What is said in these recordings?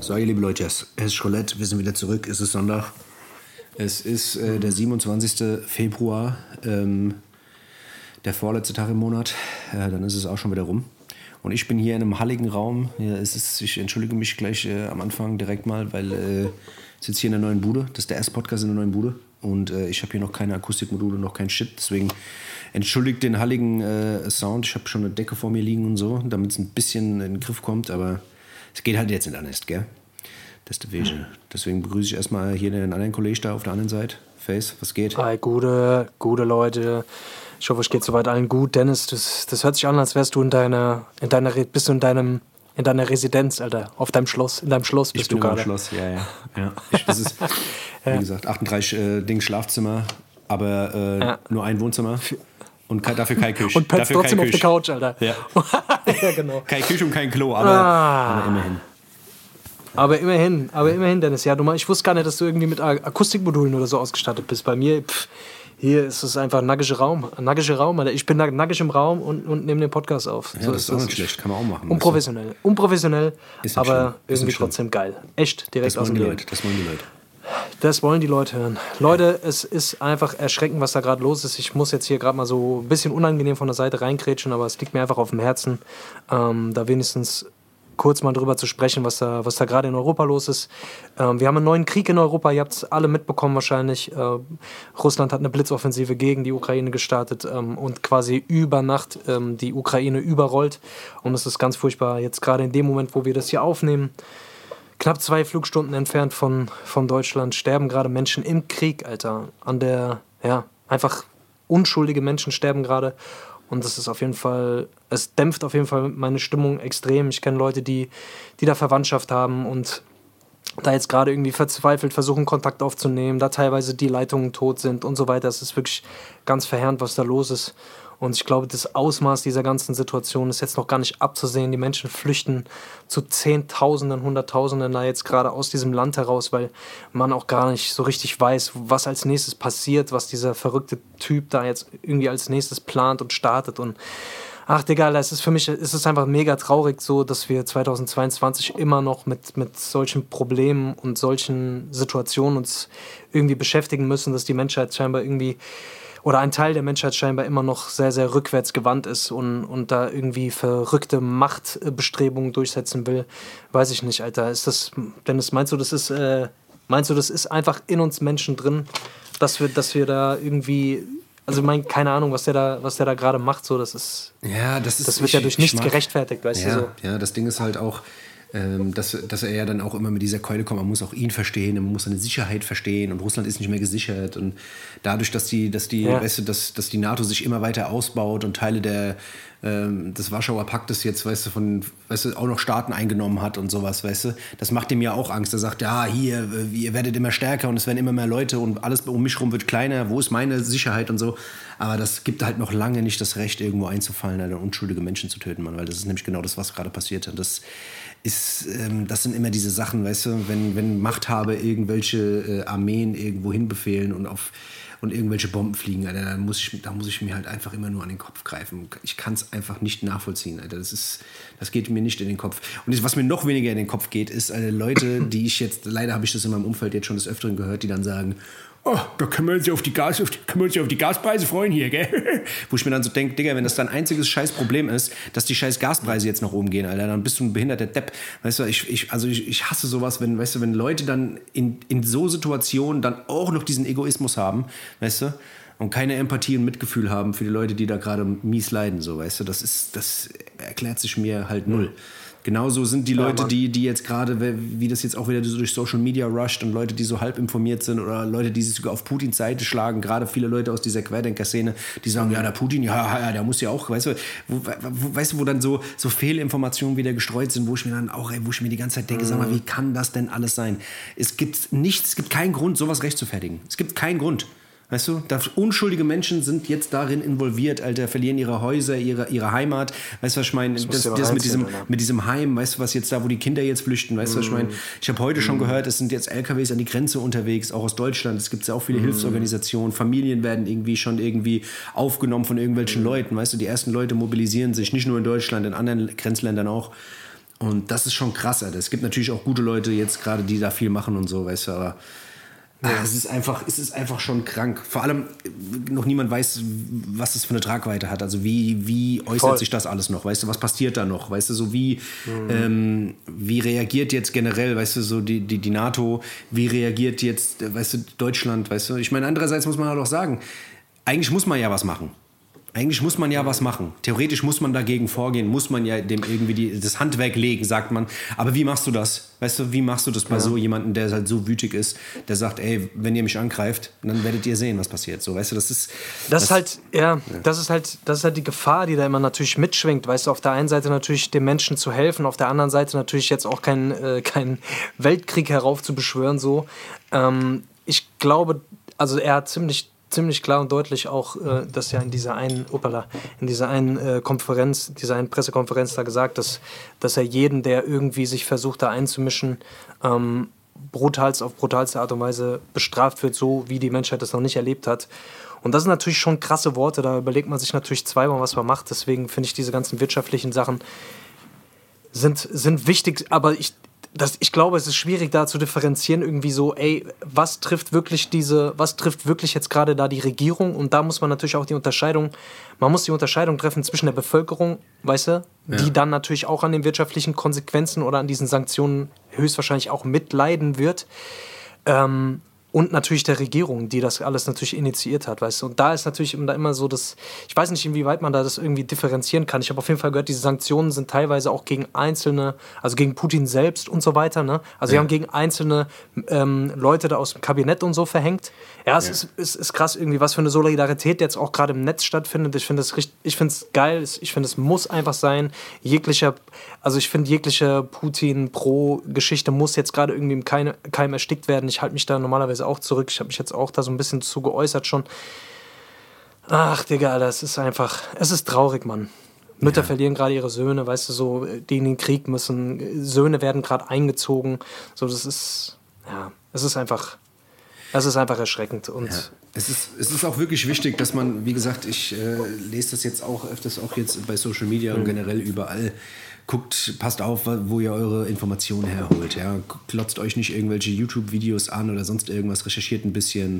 So, ihr liebe Leute, es ist Roulette, wir sind wieder zurück, es ist Sonntag. Es ist der 27. Februar, der vorletzte Tag im Monat. Dann ist es auch schon wieder rum. Und ich bin hier in einem halligen Raum. Ja, ich entschuldige mich gleich am Anfang direkt mal, weil ich sitze hier in der neuen Bude. Das ist der erste Podcast in der neuen Bude. Und ich habe hier noch keine Akustikmodule, noch kein Shit. Deswegen entschuldigt den halligen Sound. Ich habe schon eine Decke vor mir liegen und so, damit es ein bisschen in den Griff kommt. Aber es geht halt jetzt nicht anders, gell? Das ist der Weg. Deswegen begrüße ich erstmal hier den anderen Kollegen da auf der anderen Seite. Face, was geht? Hi, gute Leute. Ich hoffe, es geht soweit allen gut. Dennis, das hört sich an, als wärst du in deiner Residenz, Alter. Auf deinem Schloss. In deinem Schloss bist du gerade. Ich bin im Schloss, ja. Das ist, wie gesagt, 38 Schlafzimmer, aber nur ein Wohnzimmer. Und dafür keine Küche. Und pennst trotzdem auf der Couch, Alter. Ja. Ja, genau. Keine Küche und kein Klo, aber immerhin. Aber immerhin, Dennis. Ja, ich wusste gar nicht, dass du irgendwie mit Akustikmodulen oder so ausgestattet bist. Bei mir, hier ist es einfach ein nackiger Raum. Alter. Ich bin nackig im Raum und nehme den Podcast auf. Ja, so das ist auch nicht schlecht. Kann man auch machen. Unprofessionell, aber ist irgendwie trotzdem geil. Echt, direkt aus dem Leben. Das wollen die Leute. Das wollen die Leute hören. Leute, es ist einfach erschreckend, was da gerade los ist. Ich muss jetzt hier gerade mal so ein bisschen unangenehm von der Seite reingrätschen, aber es liegt mir einfach auf dem Herzen, da wenigstens kurz mal drüber zu sprechen, was da gerade in Europa los ist. Wir haben einen neuen Krieg in Europa, ihr habt es alle mitbekommen wahrscheinlich. Russland hat eine Blitzoffensive gegen die Ukraine gestartet und quasi über Nacht die Ukraine überrollt. Und es ist ganz furchtbar, jetzt gerade in dem Moment, wo wir das hier aufnehmen, knapp 2 Flugstunden entfernt von Deutschland, sterben gerade Menschen im Krieg, Alter. Einfach unschuldige Menschen sterben gerade. Und das ist auf jeden Fall, es dämpft auf jeden Fall meine Stimmung extrem. Ich kenne Leute, die da Verwandtschaft haben und da jetzt gerade irgendwie verzweifelt versuchen, Kontakt aufzunehmen, da teilweise die Leitungen tot sind und so weiter. Es ist wirklich ganz verheerend, was da los ist. Und ich glaube, das Ausmaß dieser ganzen Situation ist jetzt noch gar nicht abzusehen. Die Menschen flüchten zu Zehntausenden, Hunderttausenden da jetzt gerade aus diesem Land heraus, weil man auch gar nicht so richtig weiß, was als nächstes passiert, was dieser verrückte Typ da jetzt irgendwie als nächstes plant und startet. Und ach, Digga, für mich ist es einfach mega traurig so, dass wir 2022 immer noch mit solchen Problemen und solchen Situationen uns irgendwie beschäftigen müssen, dass die Menschheit scheinbar irgendwie oder ein Teil der Menschheit scheinbar immer noch sehr, sehr rückwärts gewandt ist und da irgendwie verrückte Machtbestrebungen durchsetzen will, weiß ich nicht, Alter. Dennis, meinst du, das ist einfach in uns Menschen drin, dass wir da irgendwie, also ich meine, keine Ahnung, was der da gerade macht, so, das wird ja durch nichts gerechtfertigt, weißt du so. Ja, das Ding ist halt auch, dass er ja dann auch immer mit dieser Keule kommt, man muss auch ihn verstehen, man muss seine Sicherheit verstehen und Russland ist nicht mehr gesichert und dadurch, dass die NATO sich immer weiter ausbaut und Teile des Warschauer Paktes jetzt, auch noch Staaten eingenommen hat und sowas, weißt du, das macht ihm ja auch Angst. Er sagt, ja, hier, ihr werdet immer stärker und es werden immer mehr Leute und alles um mich rum wird kleiner, wo ist meine Sicherheit und so, aber das gibt halt noch lange nicht das Recht, irgendwo einzufallen, Alter, unschuldige Menschen zu töten, Mann, weil das ist nämlich genau das, was gerade passiert und das sind immer diese Sachen, weißt du, wenn Machthaber irgendwelche Armeen irgendwo hinbefehlen und irgendwelche Bomben fliegen, Alter, da muss ich mir halt einfach immer nur an den Kopf greifen. Ich kann es einfach nicht nachvollziehen, Alter. Das geht mir nicht in den Kopf. Und was mir noch weniger in den Kopf geht, ist Leute, die ich jetzt, leider habe ich das in meinem Umfeld jetzt schon des Öfteren gehört, die dann sagen, oh, da können wir uns ja auf die Gaspreise freuen hier, gell? Wo ich mir dann so denke, Digga, wenn das dein einziges scheiß Problem ist, dass die scheiß Gaspreise jetzt nach oben gehen, Alter, dann bist du ein behinderter Depp. Weißt du, ich hasse sowas, wenn Leute dann in so Situationen dann auch noch diesen Egoismus haben, weißt du, und keine Empathie und Mitgefühl haben für die Leute, die da gerade mies leiden, so, weißt du, das erklärt sich mir halt null. Genauso sind die Leute, die jetzt gerade, wie das jetzt auch wieder so durch Social Media rusht und Leute, die so halb informiert sind oder Leute, die sich sogar auf Putins Seite schlagen, gerade viele Leute aus dieser Querdenker-Szene, die sagen, ja, der Putin, ja, der muss ja auch, weißt du, wo dann so Fehlinformationen wieder gestreut sind, wo ich mir die ganze Zeit denke, sag mal, wie kann das denn alles sein? Es gibt keinen Grund, sowas rechtfertigen. Es gibt keinen Grund. Weißt du, unschuldige Menschen sind jetzt darin involviert, Alter, verlieren ihre Häuser, ihre Heimat. Weißt du, was ich meine? Das mit diesem Heim, weißt du, was jetzt da, wo die Kinder jetzt flüchten, weißt du, was ich meine? Ich habe heute schon gehört, es sind jetzt LKWs an die Grenze unterwegs, auch aus Deutschland. Es gibt ja auch viele Hilfsorganisationen. Familien werden irgendwie aufgenommen von irgendwelchen Leuten, weißt du, die ersten Leute mobilisieren sich, nicht nur in Deutschland, in anderen Grenzländern auch. Und das ist schon krass, Alter. Es gibt natürlich auch gute Leute jetzt gerade, die da viel machen und so, weißt du, aber es ist einfach schon krank. Vor allem, noch niemand weiß, was das für eine Tragweite hat. Also wie äußert sich das alles noch? Weißt du, was passiert da noch? Weißt du, so wie reagiert jetzt generell, weißt du, so die NATO, wie reagiert jetzt, weißt du, Deutschland, weißt du? Ich meine, andererseits muss man halt auch sagen, eigentlich muss man ja was machen. Theoretisch muss man dagegen vorgehen, muss man ja dem irgendwie das Handwerk legen, sagt man. Aber wie machst du das? Weißt du, wie machst du das bei so jemandem, der halt so wütig ist, der sagt, ey, wenn ihr mich angreift, dann werdet ihr sehen, was passiert. So, weißt du, das ist halt die Gefahr, die da immer natürlich mitschwingt. Weißt du, auf der einen Seite natürlich den Menschen zu helfen, auf der anderen Seite natürlich jetzt auch keinen Weltkrieg heraufzubeschwören. So. Ich glaube, also er hat ziemlich klar und deutlich auch das ja in dieser einen Pressekonferenz da gesagt, dass er jeden, der irgendwie sich versucht da einzumischen, auf brutalste Art und Weise bestraft wird, so wie die Menschheit das noch nicht erlebt hat. Und das sind natürlich schon krasse Worte, da überlegt man sich natürlich zweimal, was man macht. Deswegen finde ich, diese ganzen wirtschaftlichen Sachen sind wichtig, aber ich glaube, es ist schwierig, da zu differenzieren, irgendwie so, ey, was trifft wirklich jetzt gerade da die Regierung? Und da muss man natürlich auch die Unterscheidung treffen zwischen der Bevölkerung, weißt du, die dann natürlich auch an den wirtschaftlichen Konsequenzen oder an diesen Sanktionen höchstwahrscheinlich auch mitleiden wird. Und natürlich der Regierung, die das alles natürlich initiiert hat, weißt du. Und da ist natürlich immer so, ich weiß nicht, inwieweit man da das irgendwie differenzieren kann. Ich habe auf jeden Fall gehört, diese Sanktionen sind teilweise auch gegen Einzelne, also gegen Putin selbst und so weiter, ne? Also sie haben gegen einzelne Leute da aus dem Kabinett und so verhängt. Ja, es ist krass irgendwie, was für eine Solidarität jetzt auch gerade im Netz stattfindet. Ich finde es geil, ich finde, es muss einfach sein. Jegliche Putin-Pro-Geschichte muss jetzt gerade irgendwie im Keim erstickt werden. Ich halte mich da normalerweise auch zurück. Ich habe mich jetzt auch da so ein bisschen zu geäußert schon. Ach, Digga, Alter, es ist traurig, Mann. Mütter verlieren gerade ihre Söhne, weißt du, so, die in den Krieg müssen. Söhne werden gerade eingezogen. So, es ist einfach erschreckend. Und es ist auch wirklich wichtig, dass man, wie gesagt, ich lese das jetzt auch öfters auch jetzt bei Social Media und generell überall. Guckt, passt auf, wo ihr eure Informationen herholt. Ja? Klotzt euch nicht irgendwelche YouTube-Videos an oder sonst irgendwas, recherchiert ein bisschen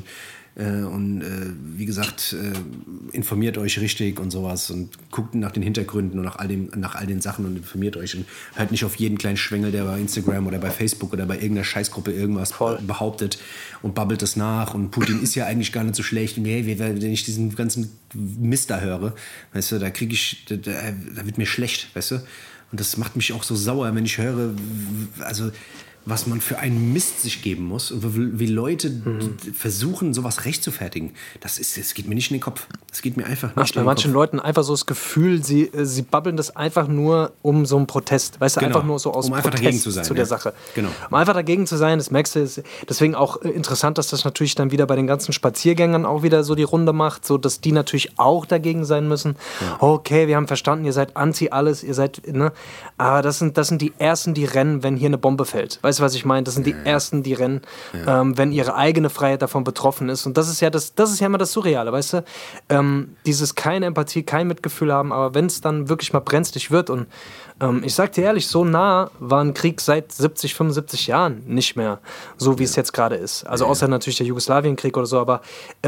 wie gesagt, informiert euch richtig und sowas und guckt nach den Hintergründen und nach all den Sachen und informiert euch und hört nicht auf jeden kleinen Schwengel, der bei Instagram oder bei Facebook oder bei irgendeiner Scheißgruppe irgendwas behauptet und babbelt es nach und Putin ist ja eigentlich gar nicht so schlecht. Wenn ich diesen ganzen Mist da höre, weißt du, da wird mir schlecht, weißt du. Und das macht mich auch so sauer, wenn ich höre, also was man für einen Mist sich geben muss und wie Leute versuchen, sowas rechtfertigen. Das geht mir nicht in den Kopf. Das geht mir einfach nicht in den Kopf. Bei manchen Leuten einfach so das Gefühl, sie babbeln das einfach nur um so einen Protest. Weißt du, einfach nur so aus Protest dagegen zu sein, zu der Sache. Genau. Um einfach dagegen zu sein, das merkst du. Deswegen auch interessant, dass das natürlich dann wieder bei den ganzen Spaziergängern auch wieder so die Runde macht, so dass die natürlich auch dagegen sein müssen. Ja. Okay, wir haben verstanden, ihr seid anti alles, ihr seid, ne? Aber das sind die Ersten, die rennen, wenn hier eine Bombe fällt. Weißt du, was ich meine? Das sind die Ersten, die rennen, wenn ihre eigene Freiheit davon betroffen ist. Und das ist ja immer das Surreale, weißt du? Dieses keine Empathie, kein Mitgefühl haben, aber wenn es dann wirklich mal brenzlig wird und ich sag dir ehrlich, so nah war ein Krieg seit 70, 75 Jahren nicht mehr, so wie es jetzt gerade ist. Also außer natürlich der Jugoslawienkrieg oder so, aber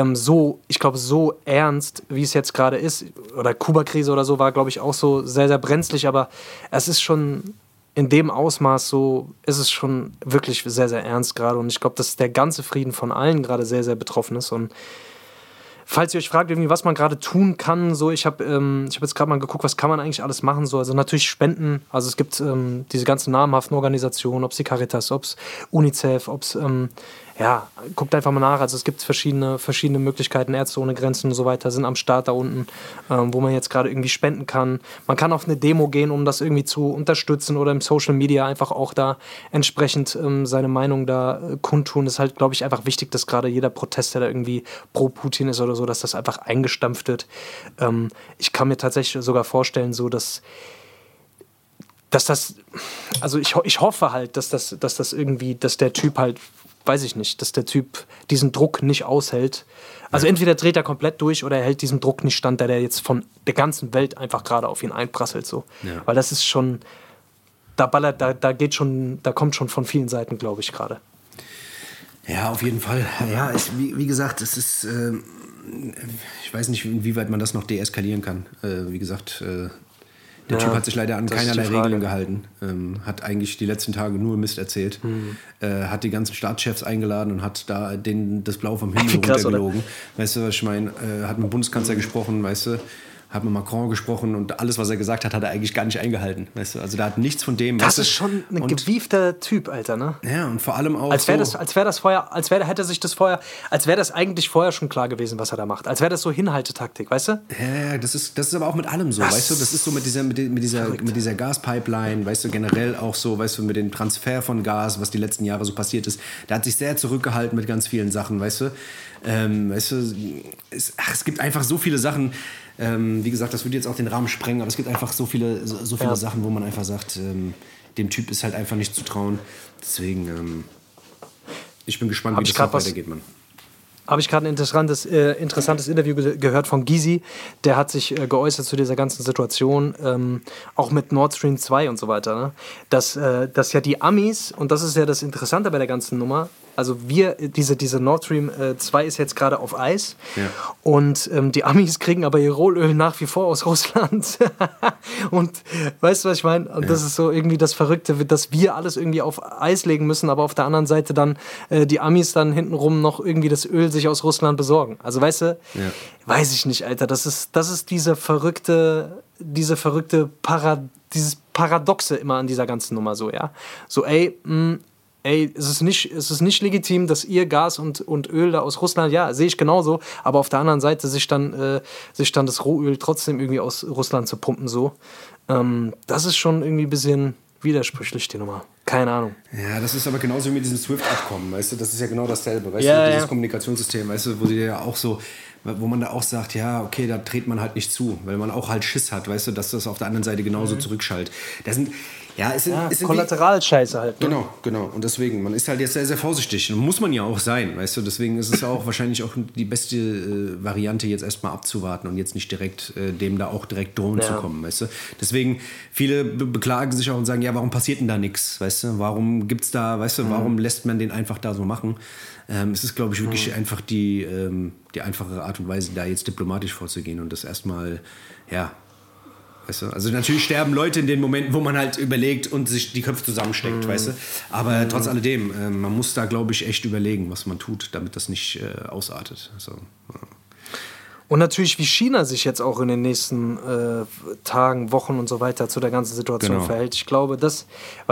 ich glaube, so ernst, wie es jetzt gerade ist, oder Kuba-Krise oder so, war, glaube ich, auch so sehr, sehr brenzlig, aber es ist schon in dem Ausmaß so, ist es schon wirklich sehr, sehr ernst gerade und ich glaube, dass der ganze Frieden von allen gerade sehr, sehr betroffen ist und falls ihr euch fragt, irgendwie, was man gerade tun kann, so, ich hab jetzt gerade mal geguckt, was kann man eigentlich alles machen, so, also natürlich Spenden, also es gibt diese ganzen namhaften Organisationen, ob es die Caritas, ob es UNICEF, ob es, guckt einfach mal nach, also es gibt verschiedene Möglichkeiten, Ärzte ohne Grenzen und so weiter sind am Start da unten, wo man jetzt gerade irgendwie spenden kann. Man kann auf eine Demo gehen, um das irgendwie zu unterstützen oder im Social Media einfach auch da entsprechend seine Meinung da kundtun. Das ist halt, glaube ich, einfach wichtig, dass gerade jeder Protest, der da irgendwie pro Putin ist oder so, dass das einfach eingestampft wird. Ich kann mir tatsächlich sogar vorstellen, so dass das, also ich hoffe halt, dass das irgendwie, dass der Typ halt, weiß ich nicht, dass der Typ diesen Druck nicht aushält. Also entweder dreht er komplett durch oder er hält diesen Druck nicht stand, der jetzt von der ganzen Welt einfach gerade auf ihn einprasselt. So. Ja. Weil das ist schon, da kommt schon von vielen Seiten, glaube ich, gerade. Ja, auf jeden Fall. Ja, wie gesagt, es ist, ich weiß nicht, inwieweit man das noch deeskalieren kann. Wie gesagt, der Typ hat sich leider an keinerlei Regeln gehalten. Hat eigentlich die letzten Tage nur Mist erzählt. Hat die ganzen Staatschefs eingeladen und hat da denen das Blau vom Himmel runtergelogen. Weißt du, was ich meine? Hat mit dem Bundeskanzler gesprochen, weißt du? Hat mit Macron gesprochen und alles, was er gesagt hat, hat er eigentlich gar nicht eingehalten. Weißt du? Also da hat nichts von dem... Das ist schon ein gewiefter Typ, Alter, ne? Ja, und vor allem auch als wäre das eigentlich vorher schon klar gewesen, was er da macht. Als wäre das so Hinhaltetaktik, weißt du? Ja, das ist aber auch mit allem so, weißt du? Das ist so mit dieser Gaspipeline, weißt du, generell auch so, weißt du, mit dem Transfer von Gas, was die letzten Jahre so passiert ist. Da hat sich sehr zurückgehalten mit ganz vielen Sachen, weißt du? Weißt du, es gibt einfach so viele Sachen... wie gesagt, das würde jetzt auch den Rahmen sprengen, aber es gibt einfach so viele Sachen, wo man einfach sagt, dem Typ ist halt einfach nicht zu trauen. Deswegen, ich bin gespannt, wie das noch weitergeht, Mann. Habe ich gerade ein interessantes Interview gehört von Gysi. Der hat sich geäußert zu dieser ganzen Situation, auch mit Nord Stream 2 und so weiter. Ne? Dass ja die Amis, und das ist ja das Interessante bei der ganzen Nummer, also diese Nord Stream 2 ist jetzt gerade auf Eis, und die Amis kriegen aber ihr Rohöl nach wie vor aus Russland. Und weißt du, was ich meine? Und das ist so irgendwie das Verrückte, dass wir alles irgendwie auf Eis legen müssen, aber auf der anderen Seite dann die Amis dann hintenrum noch irgendwie das Öl sich aus Russland besorgen. Also weißt du, weiß ich nicht, Alter, das ist dieses Paradoxe immer an dieser ganzen Nummer so, ja. So, es ist nicht legitim, dass ihr Gas und Öl da aus Russland, ja, sehe ich genauso, aber auf der anderen Seite sich dann das Rohöl trotzdem irgendwie aus Russland zu pumpen, so. Das ist schon irgendwie ein bisschen widersprüchlich, die Nummer. Keine Ahnung. Ja, das ist aber genauso wie mit diesem SWIFT-Abkommen, weißt du, das ist ja genau dasselbe, weißt du, dieses Kommunikationssystem, weißt du, wo die ja auch so, wo man da auch sagt, ja, okay, da dreht man halt nicht zu, weil man auch halt Schiss hat, weißt du, dass das auf der anderen Seite genauso zurückschallt. Das sind, Kollateralscheiße halt. Ne? Genau. Und deswegen, man ist halt jetzt sehr, sehr vorsichtig. Und muss man ja auch sein, weißt du. Deswegen ist es auch wahrscheinlich auch die beste Variante, jetzt erstmal abzuwarten und jetzt nicht direkt dem da auch direkt drohen zu kommen, weißt du. Deswegen, viele beklagen sich auch und sagen, ja, warum passiert denn da nichts, weißt du. Warum gibt's da, weißt du, warum lässt man den einfach da so machen? Es ist, glaube ich, wirklich einfach die einfache Art und Weise, da jetzt diplomatisch vorzugehen und das erstmal, weißt du? Also natürlich sterben Leute in den Momenten, wo man halt überlegt und sich die Köpfe zusammensteckt, weißt du? Aber trotz alledem, man muss da, glaube ich, echt überlegen, was man tut, damit das nicht ausartet. Also, Und natürlich, wie China sich jetzt auch in den nächsten Tagen, Wochen und so weiter zu der ganzen Situation verhält. Ich glaube, dass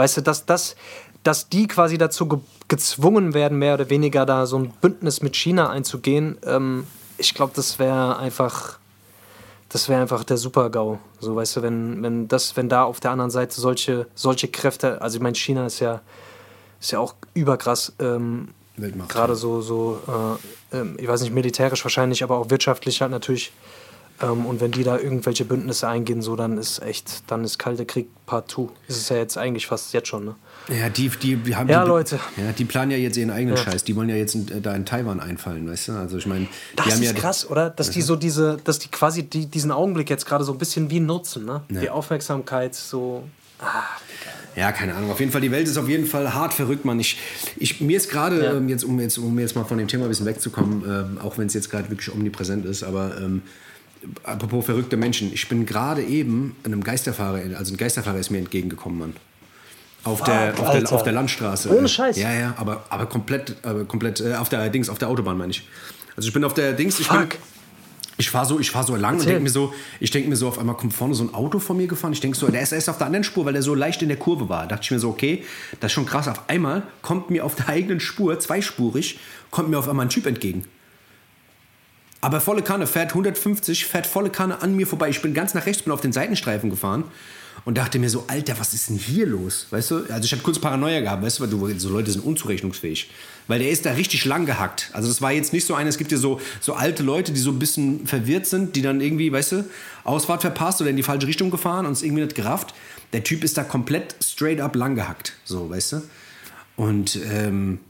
die quasi dazu gezwungen werden, mehr oder weniger da so ein Bündnis mit China einzugehen, ich glaube, das wäre einfach der Super-GAU. So, weißt du, wenn da auf der anderen Seite solche Kräfte, also ich meine, China ist ja auch überkrass, gerade so ich weiß nicht, militärisch wahrscheinlich, aber auch wirtschaftlich halt natürlich. Und wenn die da irgendwelche Bündnisse eingehen, so, dann ist Kalter Krieg Part 2. Das ist ja jetzt eigentlich fast jetzt schon, ne? Ja, die haben Leute. Ja, die planen ja jetzt ihren eigenen Scheiß. Die wollen ja jetzt da in Taiwan einfallen, weißt du? Also ich meine, das ist krass, oder? Dass die quasi diesen Augenblick jetzt gerade so ein bisschen wie nutzen, ne? Ja. Die Aufmerksamkeit so. Ja, keine Ahnung. Auf jeden Fall, die Welt ist auf jeden Fall hart verrückt, Mann. Mir ist gerade, um jetzt mal von dem Thema ein bisschen wegzukommen, auch wenn es jetzt gerade wirklich omnipräsent ist, aber apropos verrückte Menschen, ich bin gerade eben ein Geisterfahrer ist mir entgegengekommen, Mann. Auf der Landstraße. Ohne Scheiß. Ja, aber komplett auf der Autobahn, meine ich. Also ich bin auf der Dings, ich fahr so lang und denke mir so, auf einmal kommt vorne so ein Auto vor mir gefahren. Ich denke so, der ist erst auf der anderen Spur, weil der so leicht in der Kurve war. Da dachte ich mir so, okay, das ist schon krass. Auf einmal kommt mir auf der eigenen Spur, zweispurig, kommt mir auf einmal ein Typ entgegen. Aber volle Kanne, fährt 150, fährt volle Kanne an mir vorbei. Ich bin ganz nach rechts, bin auf den Seitenstreifen gefahren und dachte mir so, Alter, was ist denn hier los? Weißt du, also ich hatte kurz Paranoia gehabt, weißt du, weil so Leute sind unzurechnungsfähig. Weil der ist da richtig lang gehackt. Also das war jetzt nicht so einer, es gibt ja so alte Leute, die so ein bisschen verwirrt sind, die dann irgendwie, weißt du, Ausfahrt verpasst oder in die falsche Richtung gefahren und es irgendwie nicht gerafft. Der Typ ist da komplett straight up lang gehackt, so, weißt du. Und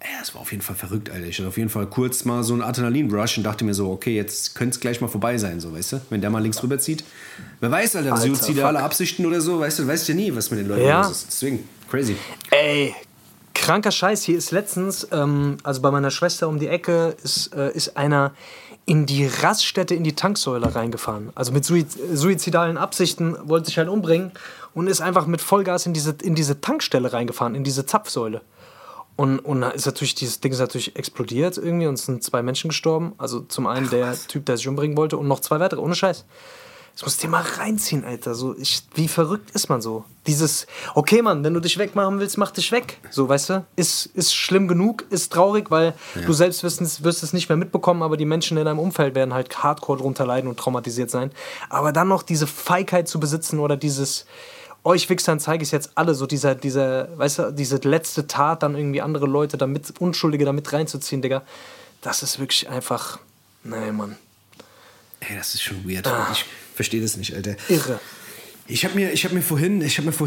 Ja, das war auf jeden Fall verrückt, Alter. Ich hatte auf jeden Fall kurz mal so einen Adrenalin-Rush und dachte mir so, okay, jetzt könnte es gleich mal vorbei sein, so, weißt du? Wenn der mal links rüberzieht. Wer weiß, Alter, suizidale Absichten oder so, weißt du ja nie, was mit den Leuten los ist. Deswegen, crazy. Ey, kranker Scheiß. Hier ist letztens, also bei meiner Schwester um die Ecke, ist einer in die Raststätte, in die Tanksäule reingefahren. Also mit suizidalen Absichten, wollte sich halt umbringen und ist einfach mit Vollgas in diese Tankstelle reingefahren, in diese Zapfsäule. Und ist natürlich, dieses Ding ist natürlich explodiert irgendwie und es sind 2 Menschen gestorben. Also zum einen der Typ, der sich umbringen wollte und noch 2 weitere, ohne Scheiß. Das musst du dir mal reinziehen, Alter. So, wie verrückt ist man so? Dieses, okay, Mann, wenn du dich wegmachen willst, mach dich weg. So, weißt du? Ist schlimm genug, ist traurig, weil du selbst wirst es nicht mehr mitbekommen, aber die Menschen in deinem Umfeld werden halt hardcore drunter leiden und traumatisiert sein. Aber dann noch diese Feigheit zu besitzen oder dieses, euch Wichsern zeige ich es jetzt alle, so dieser, weißt du, diese letzte Tat, dann irgendwie andere Leute Unschuldige damit reinzuziehen, Digga. Das ist wirklich einfach, nein, Mann. Ey, das ist schon weird. Ich verstehe das nicht, Alter. Irre. Ich habe mir vorhin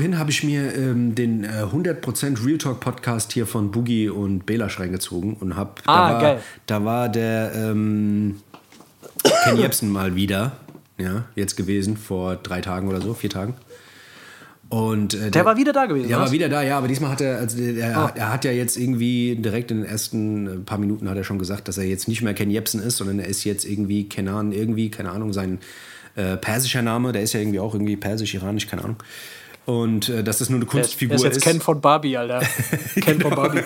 den 100% Real Talk Podcast hier von Boogie und Belasch reingezogen und da war der Ken Jebsen mal wieder, ja, jetzt gewesen, vor 3 Tagen oder so, 4 Tagen. Und, der war wieder da gewesen, Der war wieder da, ja, aber diesmal hat er hat ja jetzt irgendwie direkt in den ersten paar Minuten hat er schon gesagt, dass er jetzt nicht mehr Ken Jebsen ist, sondern er ist jetzt irgendwie Kenan, keine Ahnung, sein persischer Name, der ist ja irgendwie auch irgendwie persisch, iranisch, keine Ahnung. Und dass das nur eine Kunstfigur ist. Der ist jetzt Ken von Barbie, Alter. Ken von Barbie.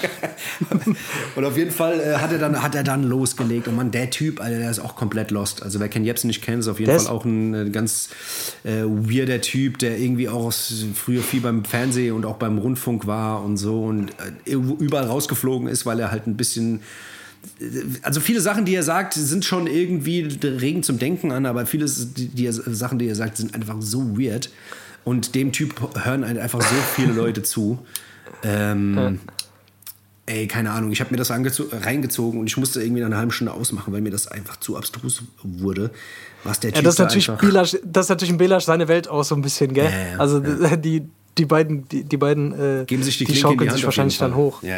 Und auf jeden Fall hat er dann losgelegt. Und Mann, der Typ, Alter, der ist auch komplett lost. Also wer Ken Jebsen nicht kennt, ist auf jeden Fall auch ein ganz weirder Typ, der irgendwie auch früher viel beim Fernsehen und auch beim Rundfunk war und so. Und überall rausgeflogen ist, weil er halt ein bisschen... Also viele Sachen, die er sagt, sind schon irgendwie regen zum Denken an, aber viele Sachen, die er sagt, sind einfach so weird. Und dem Typ hören einfach so viele Leute zu. Ey, keine Ahnung, ich habe mir das reingezogen und ich musste irgendwie nach einer halben Stunde ausmachen, weil mir das einfach zu abstrus wurde. Was der Typ das ist natürlich ein Belasch seine Welt aus so ein bisschen, gell? Ja. Also die beiden geben sich die schaukeln sich wahrscheinlich dann hoch. Ja.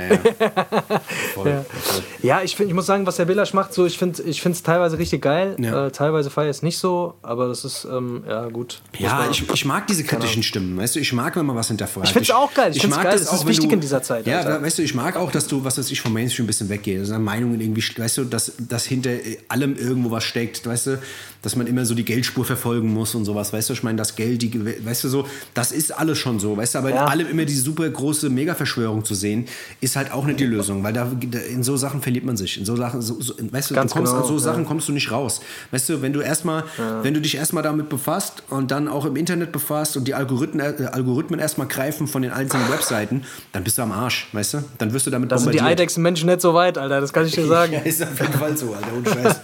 Voll. Ja, ich muss sagen, was der Belasch macht, so, ich finde es teilweise richtig geil. Ja. Teilweise feiere ich es nicht so, aber das ist, gut. Ja, ich mag diese kritischen Stimmen, weißt du, ich mag, wenn man was hinterfragt. Ich finde es auch geil, ich finde es geil, das ist wichtig in dieser Zeit. Ja, Alter. Weißt du, ich mag auch, dass du, was weiß ich, vom Mainstream ein bisschen weggeht, dass Meinungen irgendwie, weißt du, dass hinter allem irgendwo was steckt, weißt du, dass man immer so die Geldspur verfolgen muss und sowas, weißt du, ich meine, das Geld, weißt du, so, das ist alles schon so, weißt du, aber in allem immer diese super große Mega-Verschwörung zu sehen, ist halt auch nicht die Lösung, weil in so Sachen verliert man sich, in so Sachen, weißt du, an so Sachen kommst du nicht raus, weißt du, wenn du dich erstmal damit befasst und dann auch im Internet befasst und die Algorithmen erstmal greifen von den einzelnen Webseiten, dann bist du am Arsch, weißt du, dann wirst du damit bombardiert. Da sind die Eidechsen-Menschen nicht so weit, Alter, das kann ich dir sagen. Ja, ist auf jeden Fall so, Alter, ohne Scheiß.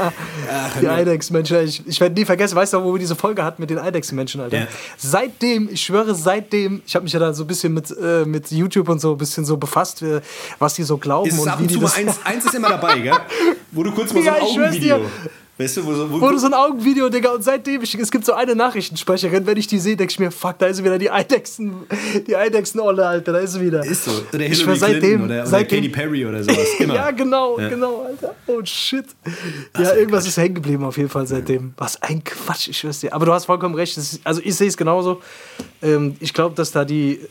Die Eidechsen-Menschen, ich werde nie vergessen, weißt du, wo wir diese Folge hatten mit den Eidechsen-Menschen, Alter. Ja. Ich schwöre, ich habe mich ja da so ein bisschen mit YouTube und so ein bisschen so befasst, was die so glauben. Ist und ab und zu mal eins ist immer dabei, gell? Wo du kurz mal so ein Augenvideo... Weißt du, wo du so ein Augenvideo, Digga, und seitdem, es gibt so eine Nachrichtensprecherin, wenn ich die sehe, denke ich mir, fuck, da ist wieder die Eidechsen-Olle, Alter, da ist sie wieder. Ist so. Oder Hillary Clinton oder Katy Perry oder sowas. Immer. Ja, genau, Alter. Oh, shit. Ja, irgendwas ist hängen geblieben auf jeden Fall seitdem. Was ein Quatsch, ich schwör's dir. Aber du hast vollkommen recht, also ich sehe es genauso. Ich glaube, dass da die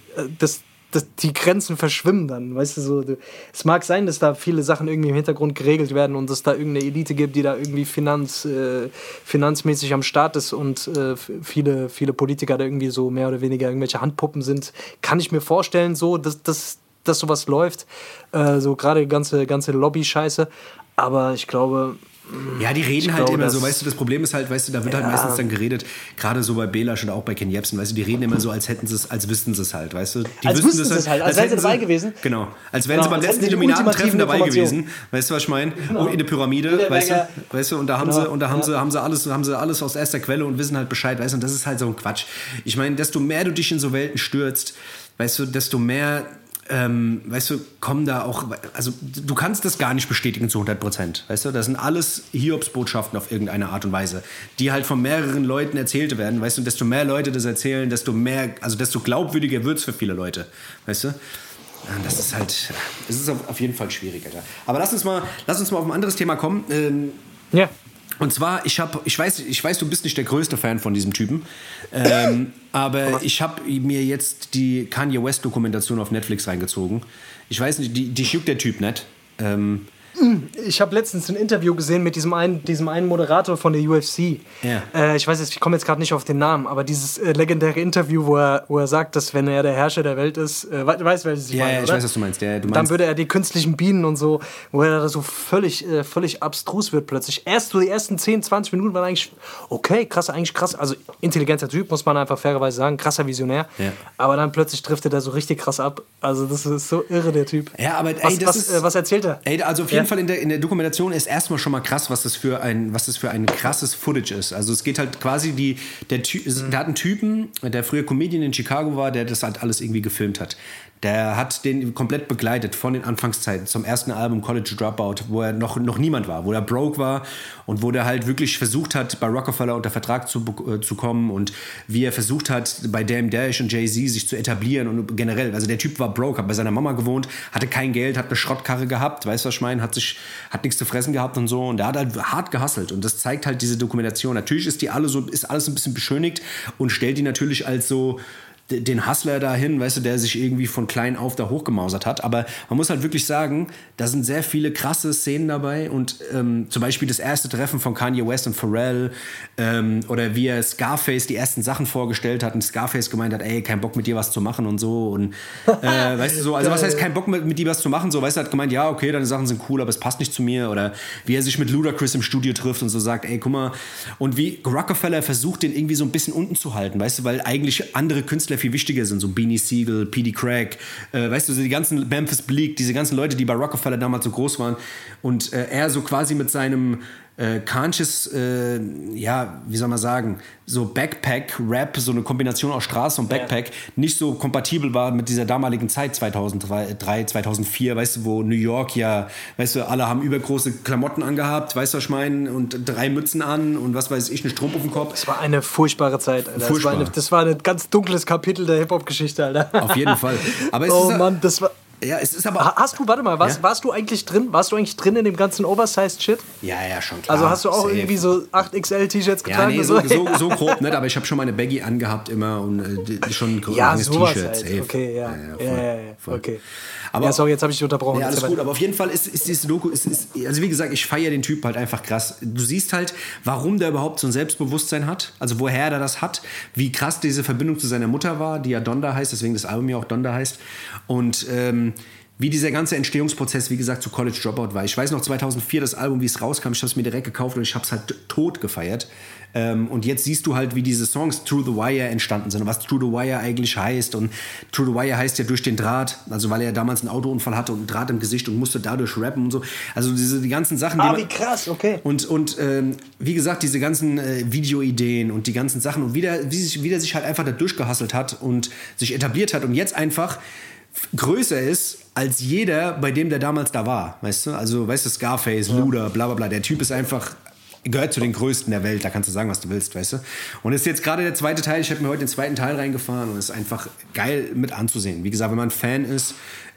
Grenzen verschwimmen dann, weißt du, so. Es mag sein, dass da viele Sachen irgendwie im Hintergrund geregelt werden und dass da irgendeine Elite gibt, die da irgendwie finanzmäßig am Start ist und viele Politiker da irgendwie so mehr oder weniger irgendwelche Handpuppen sind. Kann ich mir vorstellen, so, dass sowas läuft, so gerade ganze Lobby-Scheiße, aber ich glaube... Ja, die reden halt immer so, weißt du, das Problem ist halt, weißt du, da wird halt meistens dann geredet, gerade so bei Belasch oder auch bei Ken Jebsen, weißt du, die reden immer so, als wüssten sie es halt, weißt du. Als wüssten sie es halt, als wären sie dabei gewesen. Genau, als wären sie beim letzten Illuminatentreffen dabei gewesen, weißt du, was ich meine? Genau. In der Pyramide, weißt du, und da haben sie alles aus erster Quelle und wissen halt Bescheid, weißt du, und das ist halt so ein Quatsch. Ich meine, desto mehr du dich in so Welten stürzt, weißt du, desto mehr... weißt du, kommen da auch, also du kannst das gar nicht bestätigen zu 100%, weißt du, das sind alles Hiobsbotschaften auf irgendeine Art und Weise, die halt von mehreren Leuten erzählt werden, weißt du, und desto mehr Leute das erzählen, desto glaubwürdiger wird es für viele Leute, weißt du. Das ist halt, es ist auf jeden Fall schwierig, Alter. Aber lass uns mal auf ein anderes Thema kommen. Ja. Und zwar, ich weiß, du bist nicht der größte Fan von diesem Typen, aber ich habe mir jetzt die Kanye West Dokumentation auf Netflix reingezogen. Ich weiß nicht, die juckt der Typ nicht. Ich habe letztens ein Interview gesehen mit diesem einen Moderator von der UFC. Ja. Ich komme jetzt gerade nicht auf den Namen, aber dieses legendäre Interview, wo er sagt, dass wenn er der Herrscher der Welt ist, weißt du, welches ich meine, Ja, ich oder? weiß, was du meinst. Ja, Dann würde er die künstlichen Bienen und so, wo er da so völlig abstrus wird plötzlich. Erst so die ersten 10, 20 Minuten waren eigentlich, okay, krass. Also intelligenter Typ, muss man einfach fairerweise sagen, krasser Visionär. Ja. Aber dann plötzlich trifft er da so richtig krass ab. Also das ist so irre, der Typ. Ja, aber Was erzählt er? Also auf jeden Fall in der Dokumentation ist erstmal schon mal krass, was das für ein krasses Footage ist. Also es geht halt quasi der hat einen Typen, der früher Comedian in Chicago war, der das halt alles irgendwie gefilmt hat. Der hat den komplett begleitet von den Anfangszeiten zum ersten Album College Dropout, wo er noch niemand war, wo er broke war und wo der halt wirklich versucht hat, bei Rockefeller unter Vertrag zu kommen und wie er versucht hat, bei Dame Dash und Jay-Z sich zu etablieren und generell. Also der Typ war broke, hat bei seiner Mama gewohnt, hatte kein Geld, hat eine Schrottkarre gehabt, weißt du, was ich meine, hat nichts zu fressen gehabt und so und der hat halt hart gehustelt und das zeigt halt diese Dokumentation. Natürlich ist alles ein bisschen beschönigt und stellt die natürlich als so den Hustler dahin, weißt du, der sich irgendwie von klein auf da hochgemausert hat. Aber man muss halt wirklich sagen, da sind sehr viele krasse Szenen dabei und zum Beispiel das erste Treffen von Kanye West und Pharrell oder wie er Scarface die ersten Sachen vorgestellt hat und Scarface gemeint hat, ey, kein Bock mit dir was zu machen und so und weißt du so, also was heißt kein Bock mit dir was zu machen, so, weißt du, hat gemeint, ja, okay, deine Sachen sind cool, aber es passt nicht zu mir oder wie er sich mit Ludacris im Studio trifft und so sagt, ey, guck mal und wie Rockefeller versucht, den irgendwie so ein bisschen unten zu halten, weißt du, weil eigentlich andere Künstler viel wichtiger sind, so Beanie Siegel, P.D. Craig, weißt du, so die ganzen Memphis Bleak, diese ganzen Leute, die bei Rockefeller damals so groß waren und er so quasi mit seinem conscious, wie soll man sagen, so Backpack-Rap, so eine Kombination aus Straße und Backpack, nicht so kompatibel war mit dieser damaligen Zeit 2003, 2004, weißt du, wo New York ja, weißt du, alle haben übergroße Klamotten angehabt, weißt du, was ich meine, und 3 Mützen an und was weiß ich, einen Strumpf auf dem Kopf. Das war eine furchtbare Zeit, Alter. Furchtbar. Das war ein ganz dunkles Kapitel der Hip-Hop-Geschichte, Alter. Auf jeden Fall. Aber Mann, das war... Ja, es ist aber... Warst du eigentlich drin in dem ganzen Oversized-Shit? Ja, schon klar. Also hast du auch safe. irgendwie so 8XL-T-Shirts getragen? Ja, nee, so grob nicht, aber ich habe schon meine Baggy angehabt immer und schon langes T-Shirt. Halt. Safe. Okay, ja. Voll. Okay. Aber, ja, sorry, jetzt habe ich dich unterbrochen. Ja, alles gut, aber auf jeden Fall ist diese Doku, also wie gesagt, ich feiere den Typ halt einfach krass. Du siehst halt, warum der überhaupt so ein Selbstbewusstsein hat, also woher der das hat, wie krass diese Verbindung zu seiner Mutter war, die ja Donda heißt, deswegen das Album ja auch Donda heißt und wie dieser ganze Entstehungsprozess, wie gesagt, zu College Dropout war. Ich weiß noch 2004, das Album, wie es rauskam, ich habe es mir direkt gekauft und ich habe es halt tot gefeiert. Und jetzt siehst du halt, wie diese Songs Through the Wire entstanden sind und was Through the Wire eigentlich heißt. Und Through the Wire heißt ja durch den Draht, also weil er damals einen Autounfall hatte und einen Draht im Gesicht und musste dadurch rappen und so. Also die ganzen Sachen. Wie krass, okay. Und wie gesagt, diese ganzen Videoideen und die ganzen Sachen und wie der sich halt einfach da durchgehustelt hat und sich etabliert hat und jetzt einfach größer ist als jeder, bei dem der damals da war, weißt du? Also, weißt du, Scarface, Luda, bla bla bla, der Typ ist einfach, gehört zu den Größten der Welt, da kannst du sagen, was du willst, weißt du? Und es ist jetzt gerade der zweite Teil, ich habe mir heute den zweiten Teil reingefahren und es ist einfach geil mit anzusehen. Wie gesagt, wenn man Fan ist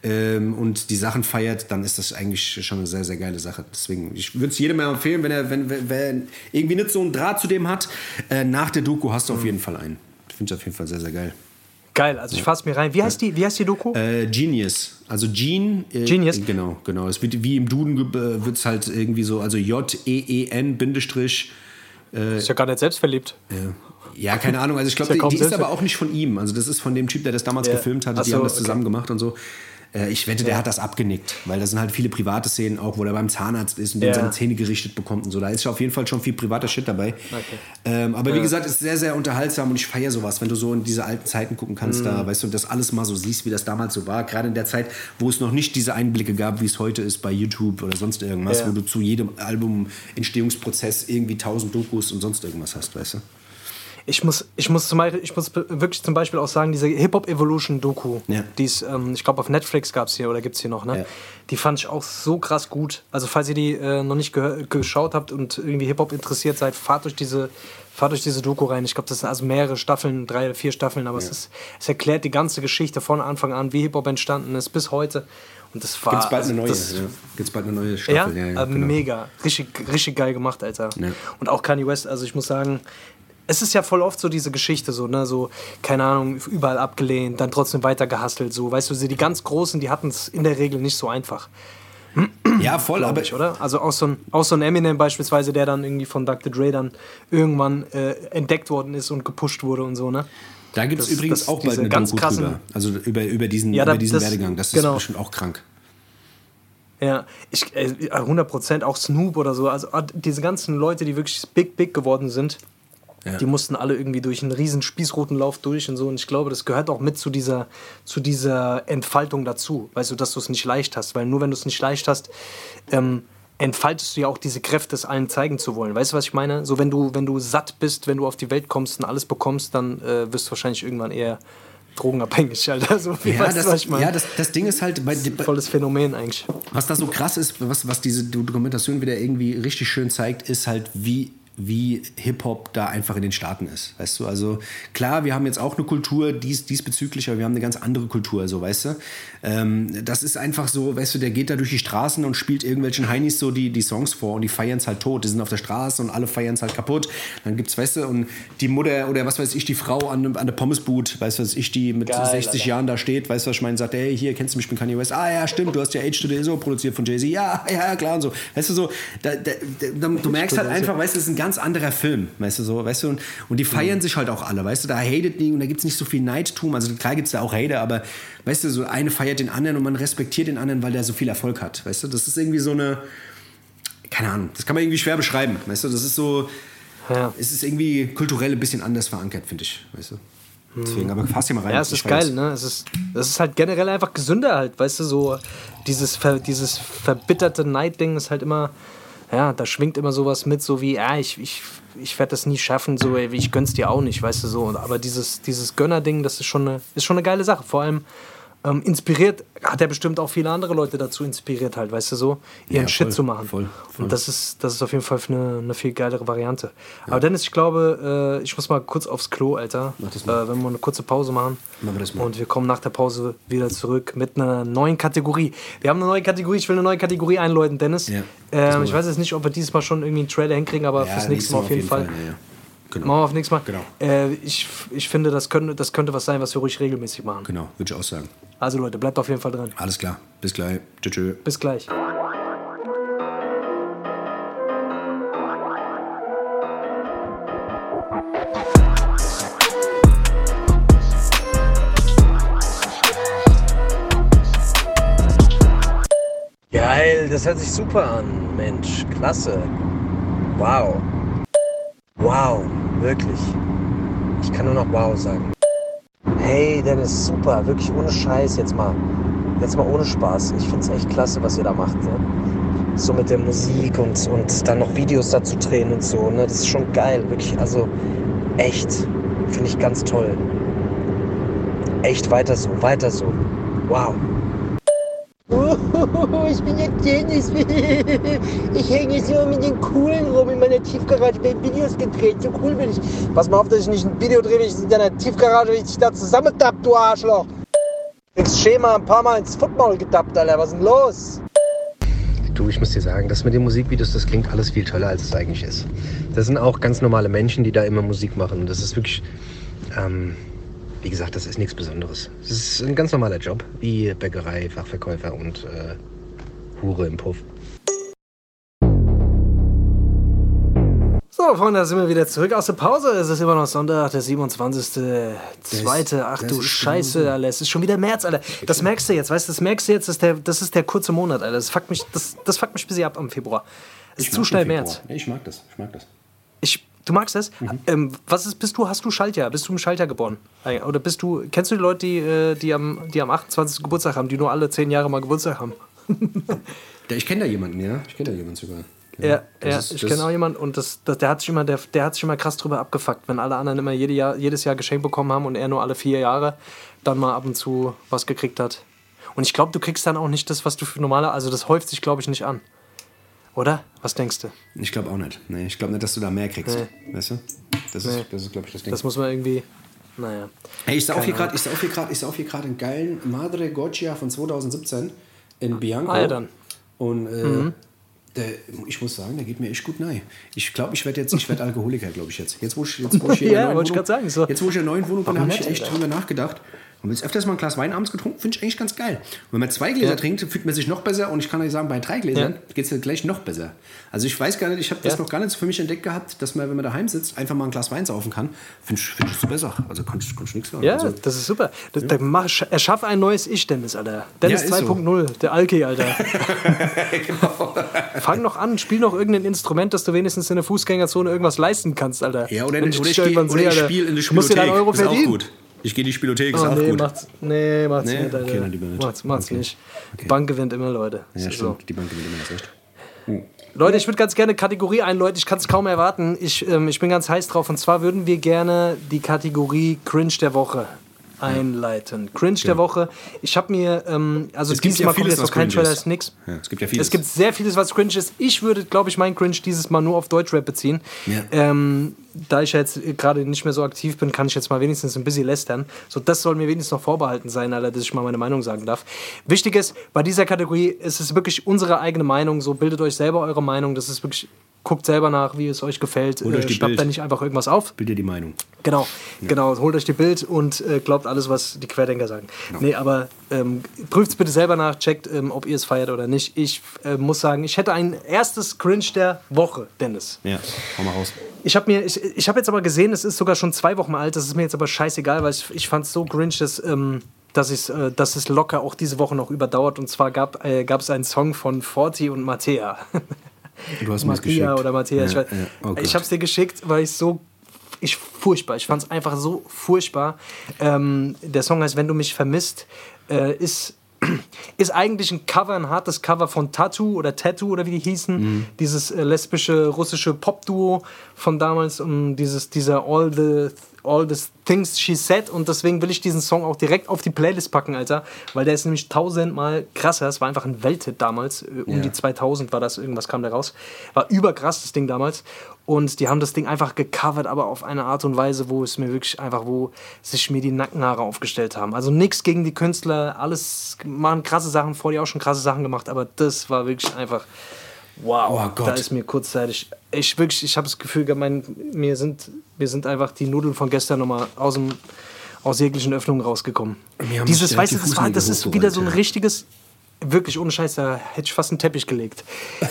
und die Sachen feiert, dann ist das eigentlich schon eine sehr, sehr geile Sache. Deswegen, ich würde es jedem mal empfehlen, wenn er irgendwie nicht so einen Draht zu dem hat, nach der Doku hast du auf jeden Fall einen. Finde ich auf jeden Fall sehr, sehr geil. Geil, also ich fasse mir rein. Wie heißt die Doku? Genius. Also Genius? Genau. Es wird wie im Duden wird es halt irgendwie so, also J-E-E-N Bindestrich. Ist ja gar nicht selbstverliebt. Ja, keine Ahnung. Also ich glaube, die ist aber auch nicht von ihm. Also das ist von dem Typ, der das damals gefilmt hat. Die haben das zusammen gemacht und so. Ich wette, der hat das abgenickt, weil da sind halt viele private Szenen auch, wo er beim Zahnarzt ist und dem seine Zähne gerichtet bekommt und so. Da ist auf jeden Fall schon viel privater Shit dabei. Okay. Aber wie gesagt, es ist sehr, sehr unterhaltsam und ich feiere sowas, wenn du so in diese alten Zeiten gucken kannst, da, weißt du, das alles mal so siehst, wie das damals so war. Gerade in der Zeit, wo es noch nicht diese Einblicke gab, wie es heute ist bei YouTube oder sonst irgendwas, wo du zu jedem Album Entstehungsprozess irgendwie 1000 Dokus und sonst irgendwas hast, weißt du? Ich muss wirklich zum Beispiel auch sagen, diese Hip-Hop-Evolution-Doku, die ist, ich glaube auf Netflix gab es hier oder gibt es hier noch, ne? Ja. Die fand ich auch so krass gut. Also falls ihr die noch nicht geschaut habt und irgendwie Hip-Hop interessiert seid, fahrt durch diese Doku rein. Ich glaube, das sind also mehrere Staffeln, 3 oder 4 Staffeln, aber es erklärt die ganze Geschichte von Anfang an, wie Hip-Hop entstanden ist bis heute. Und das war... Gibt's bald eine neue Staffel. Ja, genau. Mega. Richtig geil gemacht, Alter. Ja. Und auch Kanye West, also ich muss sagen, es ist ja voll oft so diese Geschichte, so, ne, so, keine Ahnung, überall abgelehnt, dann trotzdem weiter gehustelt, so, weißt du, die ganz Großen, die hatten es in der Regel nicht so einfach. Ja, voll, aber ich, oder? Also auch so ein Eminem beispielsweise, der dann irgendwie von Dr. Dre dann irgendwann entdeckt worden ist und gepusht wurde und so, ne? Da gibt es übrigens auch bald eine Doku drüber. Also über diesen Werdegang. Das ist bestimmt auch krank. Ja, 100%, auch Snoop oder so. Also diese ganzen Leute, die wirklich big geworden sind, die mussten alle irgendwie durch einen riesen Spießrutenlauf durch und so. Und ich glaube, das gehört auch mit zu dieser Entfaltung dazu. Weißt du, dass du es nicht leicht hast. Weil nur wenn du es nicht leicht hast, entfaltest du ja auch diese Kräfte, es allen zeigen zu wollen. Weißt du, was ich meine? So, wenn du satt bist, wenn du auf die Welt kommst und alles bekommst, dann wirst du wahrscheinlich irgendwann eher drogenabhängig, Alter. So, was ich meine? Ja, das Ding ist halt... Das ist ein volles Phänomen eigentlich. Was da so krass ist, was diese Dokumentation wieder irgendwie richtig schön zeigt, ist halt, wie Hip-Hop da einfach in den Staaten ist, weißt du, also klar, wir haben jetzt auch eine Kultur diesbezüglich, aber wir haben eine ganz andere Kultur, so, weißt du, das ist einfach so, weißt du, der geht da durch die Straßen und spielt irgendwelchen Heinis so die Songs vor und die feiern es halt tot, die sind auf der Straße und alle feiern es halt kaputt, dann gibt's, weißt du, und die Mutter oder was weiß ich, die Frau an der Pommesbud, weißt du, was ich, die mit 60 Jahren da steht, weißt du, was ich meine, sagt, hey, hier, kennst du mich, ich bin Kanye West, ja, stimmt, du hast ja H2 so produziert von Jay-Z, ja, klar und so, weißt du, so, du merkst halt einfach, weißt du, das ist ein ganz anderer Film, weißt du, so, weißt du, und die feiern sich halt auch alle, weißt du, da hatet die und da gibt's nicht so viel Neidtum, also klar gibt's da auch Hater, aber, weißt du, so eine feiert den anderen und man respektiert den anderen, weil der so viel Erfolg hat, weißt du, das ist irgendwie so eine, keine Ahnung, das kann man irgendwie schwer beschreiben, weißt du, das ist so, es ist irgendwie kulturell ein bisschen anders verankert, finde ich, weißt du. Deswegen, aber fass hier mal rein. Ja, es ist geil, ne? Es ist halt generell einfach gesünder halt, weißt du, so dieses verbitterte Neidding ist halt immer, ja, da schwingt immer sowas mit, so wie, ich werde das nie schaffen, so, ey, ich gönn's dir auch nicht, weißt du, so. Aber dieses Gönner-Ding, das ist schon eine geile Sache. Vor allem inspiriert, hat er bestimmt auch viele andere Leute dazu inspiriert halt, weißt du, so, ihren Shit zu machen. Voll. Und das ist auf jeden Fall eine viel geilere Variante. Ja. Aber Dennis, ich glaube, ich muss mal kurz aufs Klo, Alter. Wenn wir mal eine kurze Pause machen. Machen wir das mal. Und wir kommen nach der Pause wieder zurück mit einer neuen Kategorie. Wir haben eine neue Kategorie, ich will eine neue Kategorie einläuten, Dennis. Ja, ich weiß jetzt nicht, ob wir dieses Mal schon irgendwie einen Trailer hinkriegen, aber fürs nächste Mal auf jeden Fall. Ja. Genau. Machen wir auf nächstes Mal. Genau. Ich finde, das könnte was sein, was wir ruhig regelmäßig machen. Genau, würde ich auch sagen. Also Leute, bleibt auf jeden Fall dran. Alles klar. Bis gleich. Tschüss. Bis gleich. Geil, das hört sich super an. Mensch, klasse. Wow. Wow, wirklich. Ich kann nur noch wow sagen. Hey, Dennis, super, wirklich ohne Scheiß jetzt mal ohne Spaß. Ich find's echt klasse, was ihr da macht, ne? So mit der Musik und dann noch Videos dazu drehen und so, ne? Das ist schon geil, wirklich, also echt, finde ich ganz toll. Echt weiter so. Wow. Ich bin der Dennis. Ich hänge so mit den Coolen rum in meiner Tiefgarage. Ich habe Videos gedreht. So cool bin ich. Pass mal auf, dass ich nicht ein Video drehe, wie ich in deiner Tiefgarage, wie ich dich da zusammentapp, du Arschloch. Das Schema ein paar Mal ins Football getappt, Alter. Was ist denn los? Du, ich muss dir sagen, das mit den Musikvideos, das klingt alles viel toller, als es eigentlich ist. Das sind auch ganz normale Menschen, die da immer Musik machen. Und das ist wirklich, wie gesagt, das ist nichts Besonderes. Das ist ein ganz normaler Job, wie Bäckerei, Fachverkäufer und Hure im Puff. So, Freunde, da sind wir wieder zurück aus der Pause. Es ist immer noch Sonntag, der 27.02. Ach du Scheiße, Alter. Es ist schon wieder März, Alter. Das merkst du jetzt, weißt du? Das ist der kurze Monat, Alter. Das fuckt mich ein bisschen ab am Februar. Es ist zu schnell März. Ja, ich mag das. Du magst das? Mhm. Hast du Schaltjahr? Bist du im Schaltjahr geboren? Oder kennst du die Leute, die am 28. Geburtstag haben, die nur alle 10 Jahre mal Geburtstag haben? Ich kenne da jemanden, ja. Ich kenne da jemanden sogar. Ja, ich kenne auch jemanden und der hat sich immer krass drüber abgefuckt, wenn alle anderen immer jedes Jahr geschenkt bekommen haben und er nur alle 4 Jahre dann mal ab und zu was gekriegt hat. Und ich glaube, du kriegst dann auch nicht das, was du für normale, also das häuft sich, glaube ich, nicht an. Oder? Was denkst du? Ich glaube auch nicht. Nee, ich glaube nicht, dass du da mehr kriegst. Nee. Weißt du? Das ist, glaube ich, das Ding. Das muss man irgendwie... Naja. Hey, ich sauf hier gerade einen geilen Madre Goccia von 2017 in Bianco. Dann. Und ich muss sagen, der geht mir echt gut nahe. Ich glaube, ich werde Alkoholiker, glaube ich jetzt. Jetzt, wo ich hier in der neuen Wohnung bin, habe ich echt drüber nachgedacht. Und wenn ich öfters mal ein Glas Wein abends getrunken, finde ich eigentlich ganz geil. Und wenn man 2 Gläser trinkt, fühlt man sich noch besser. Und ich kann euch sagen, bei 3 Gläsern geht es gleich noch besser. Also ich weiß gar nicht, ich habe das noch gar nicht so für mich entdeckt gehabt, dass man, wenn man daheim sitzt, einfach mal ein Glas Wein saufen kann. Finde ich super Sache. Also kannst du nichts sagen. Ja, also, das ist super. Erschaffe ein neues Ich, Dennis, Alter. Dennis 2.0, so. Der Alki, Alter. Genau. Fang noch an, spiel noch irgendein Instrument, dass du wenigstens in der Fußgängerzone irgendwas leisten kannst, Alter. Ja, oder ich spiele in der Spielothek. Musst du deinen Euro verdienen. Ist auch gut. Ich gehe in die Spielothek, ist auch gut. Macht's nicht, Alter. Okay, macht's nicht. Okay. Die Bank gewinnt immer, Leute. Ja, stimmt. So. Die Bank gewinnt immer, das ist echt. Leute, ich würde ganz gerne Kategorie einläuten. Ich kann es kaum erwarten. Ich bin ganz heiß drauf. Und zwar würden wir gerne die Kategorie Cringe der Woche einleiten. Cringe der Woche. Ich habe mir, also dieses Mal kommt jetzt noch kein Trailer, ist nix. Ja, es gibt ja vieles. Es gibt sehr vieles, was cringe ist. Ich würde, glaube ich, meinen Cringe dieses Mal nur auf Deutschrap beziehen. Ja. Da ich ja jetzt gerade nicht mehr so aktiv bin, kann ich jetzt mal wenigstens ein bisschen lästern. So, das soll mir wenigstens noch vorbehalten sein, Alter, dass ich mal meine Meinung sagen darf. Wichtig ist, bei dieser Kategorie ist es wirklich unsere eigene Meinung. So, bildet euch selber eure Meinung. Das ist wirklich... Guckt selber nach, wie es euch gefällt. Schnappt da nicht einfach irgendwas auf. Bildet die Meinung. Genau. Holt euch die Bild und glaubt alles, was die Querdenker sagen. Genau. Nee, aber prüft es bitte selber nach, checkt, ob ihr es feiert oder nicht. Ich muss sagen, ich hätte ein erstes Cringe der Woche, Dennis. Ja, hau mal raus. Ich habe jetzt aber gesehen, es ist sogar schon 2 Wochen alt. Das ist mir jetzt aber scheißegal, weil ich fand es so cringe, dass es locker auch diese Woche noch überdauert. Und zwar gab es einen Song von Forti und Mattea. Du hast mir das geschickt. Oder Matthias. Ich habe es dir geschickt, weil ich furchtbar. Ich fand es einfach so furchtbar. Der Song heißt Wenn du mich vermisst, ist eigentlich ein Cover, ein hartes Cover von Tattoo oder wie die hießen. Dieses lesbische russische Pop-Duo von damals, dieser All the Things She Said, und deswegen will ich diesen Song auch direkt auf die Playlist packen, Alter, weil der ist nämlich 1000-mal krasser. Es war einfach ein Welthit damals, die 2000 war das, irgendwas kam da raus. War überkrass, das Ding damals, und die haben das Ding einfach gecovert, aber auf eine Art und Weise, wo sich mir die Nackenhaare aufgestellt haben. Also nichts gegen die Künstler, alles machen krasse Sachen, vor die auch schon krasse Sachen gemacht, aber das war wirklich einfach... Wow, da ist mir kurzzeitig... Ich habe das Gefühl, mir sind einfach die Nudeln von gestern nochmal aus jeglichen Öffnungen rausgekommen. Das ist wieder so ein richtiges... Wirklich, ohne Scheiß, da hätte ich fast einen Teppich gelegt.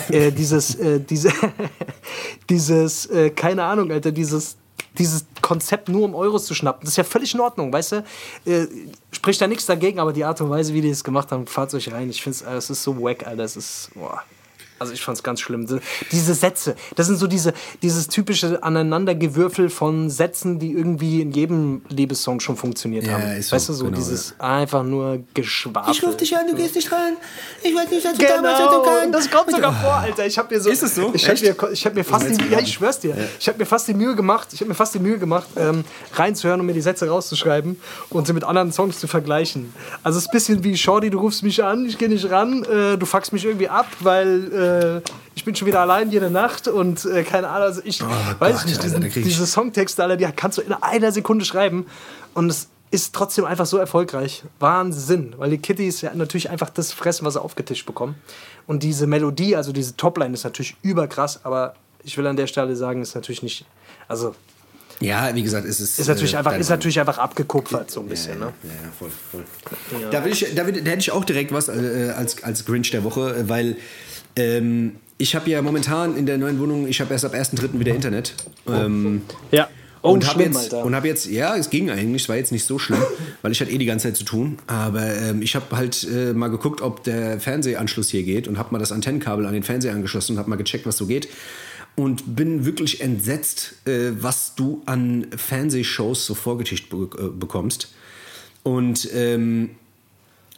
Keine Ahnung, Alter, dieses Konzept nur um Euros zu schnappen, das ist ja völlig in Ordnung, weißt du? Spricht da nichts dagegen, aber die Art und Weise, wie die es gemacht haben, fahrt euch rein. Ich finde es ist so wack, Alter, es ist... Boah. Also ich fand es ganz schlimm. Diese Sätze, das sind so dieses typische Aneinandergewürfel von Sätzen, die irgendwie in jedem Liebessong schon funktioniert haben. So, weißt du, so genau, dieses einfach nur Geschwafel. Ich ruf dich an, du gehst nicht ran. Ich weiß nicht, was du damals kannst. Das kommt sogar vor, Alter. Ich hab mir so... Ist es so? Ich hab mir fast die... Ja, ich schwör's dir. Ja. Ich hab mir fast die Mühe gemacht, reinzuhören und mir die Sätze rauszuschreiben und sie mit anderen Songs zu vergleichen. Also es ist ein bisschen wie Shorty, du rufst mich an, ich geh nicht ran, du fuckst mich irgendwie ab, weil... ich bin schon wieder allein jede Nacht und keine Ahnung, also weiß nicht, diese Songtexte, Alter, die kannst du in einer Sekunde schreiben und es ist trotzdem einfach so erfolgreich. Wahnsinn, weil die Kittys ja natürlich einfach das fressen, was sie aufgetischt bekommen. Und diese Melodie, also diese Topline ist natürlich überkrass, aber ich will an der Stelle sagen, ist natürlich nicht, also... Ja, wie gesagt, ist natürlich einfach abgekupfert, so ein bisschen. Ja, voll. Ja. Da hätte ich auch direkt was als Grinch der Woche, weil ich habe ja momentan in der neuen Wohnung, ich habe erst ab 1.3. wieder Internet. Ja. Und habe jetzt, ja, es ging eigentlich, es war jetzt nicht so schlimm, weil ich hatte die ganze Zeit zu tun. Aber ich habe halt mal geguckt, ob der Fernsehanschluss hier geht und habe mal das Antennenkabel an den Fernseher angeschlossen und habe mal gecheckt, was so geht. Und bin wirklich entsetzt, was du an Fernsehshows so vorgetischt bekommst. Und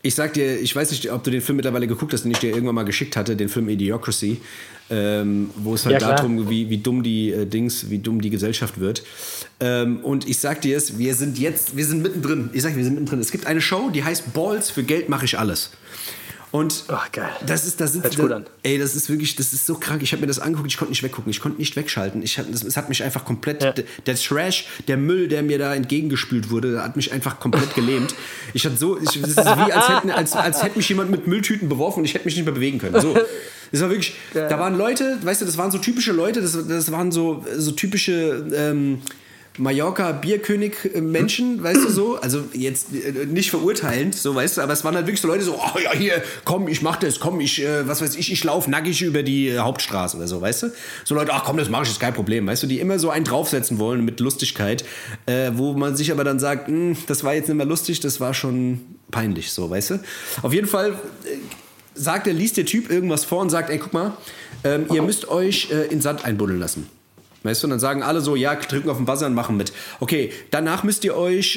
Ich sag dir, ich weiß nicht, ob du den Film mittlerweile geguckt hast, den ich dir irgendwann mal geschickt hatte, den Film Idiocracy, wo es halt darum, wie dumm die Gesellschaft wird. Und ich sag dir es, wir sind mittendrin. Wir sind mittendrin. Es gibt eine Show, die heißt Balls, für Geld mache ich alles. Und geil. Das ist gut an. Ey, das ist so krank. Ich habe mir das angeguckt, ich konnte nicht weggucken, ich konnte nicht wegschalten. Es hat mich einfach komplett, der Trash, der Müll, der mir da entgegengespült wurde, hat mich einfach komplett gelähmt. Das ist wie, als hätte mich jemand mit Mülltüten beworfen und ich hätte mich nicht mehr bewegen können. So. Das war wirklich, da waren Leute, weißt du, das waren so typische Leute, das waren so typische Mallorca-Bierkönig-Menschen, weißt du so, also jetzt nicht verurteilend, so weißt du, aber es waren halt wirklich so Leute so, oh ja, hier, komm, ich mach das, komm, ich laufe nackig über die Hauptstraße oder so, weißt du, so Leute, ach komm, das mache ich, ist kein Problem, weißt du, die immer so einen draufsetzen wollen mit Lustigkeit, wo man sich aber dann sagt, das war jetzt nicht mehr lustig, das war schon peinlich, so, weißt du, auf jeden Fall liest der Typ irgendwas vor und sagt, ey, guck mal, ihr müsst euch in Sand einbuddeln lassen. Weißt du, und dann sagen alle so, ja, drücken auf den Buzzer und machen mit. Okay, danach müsst ihr euch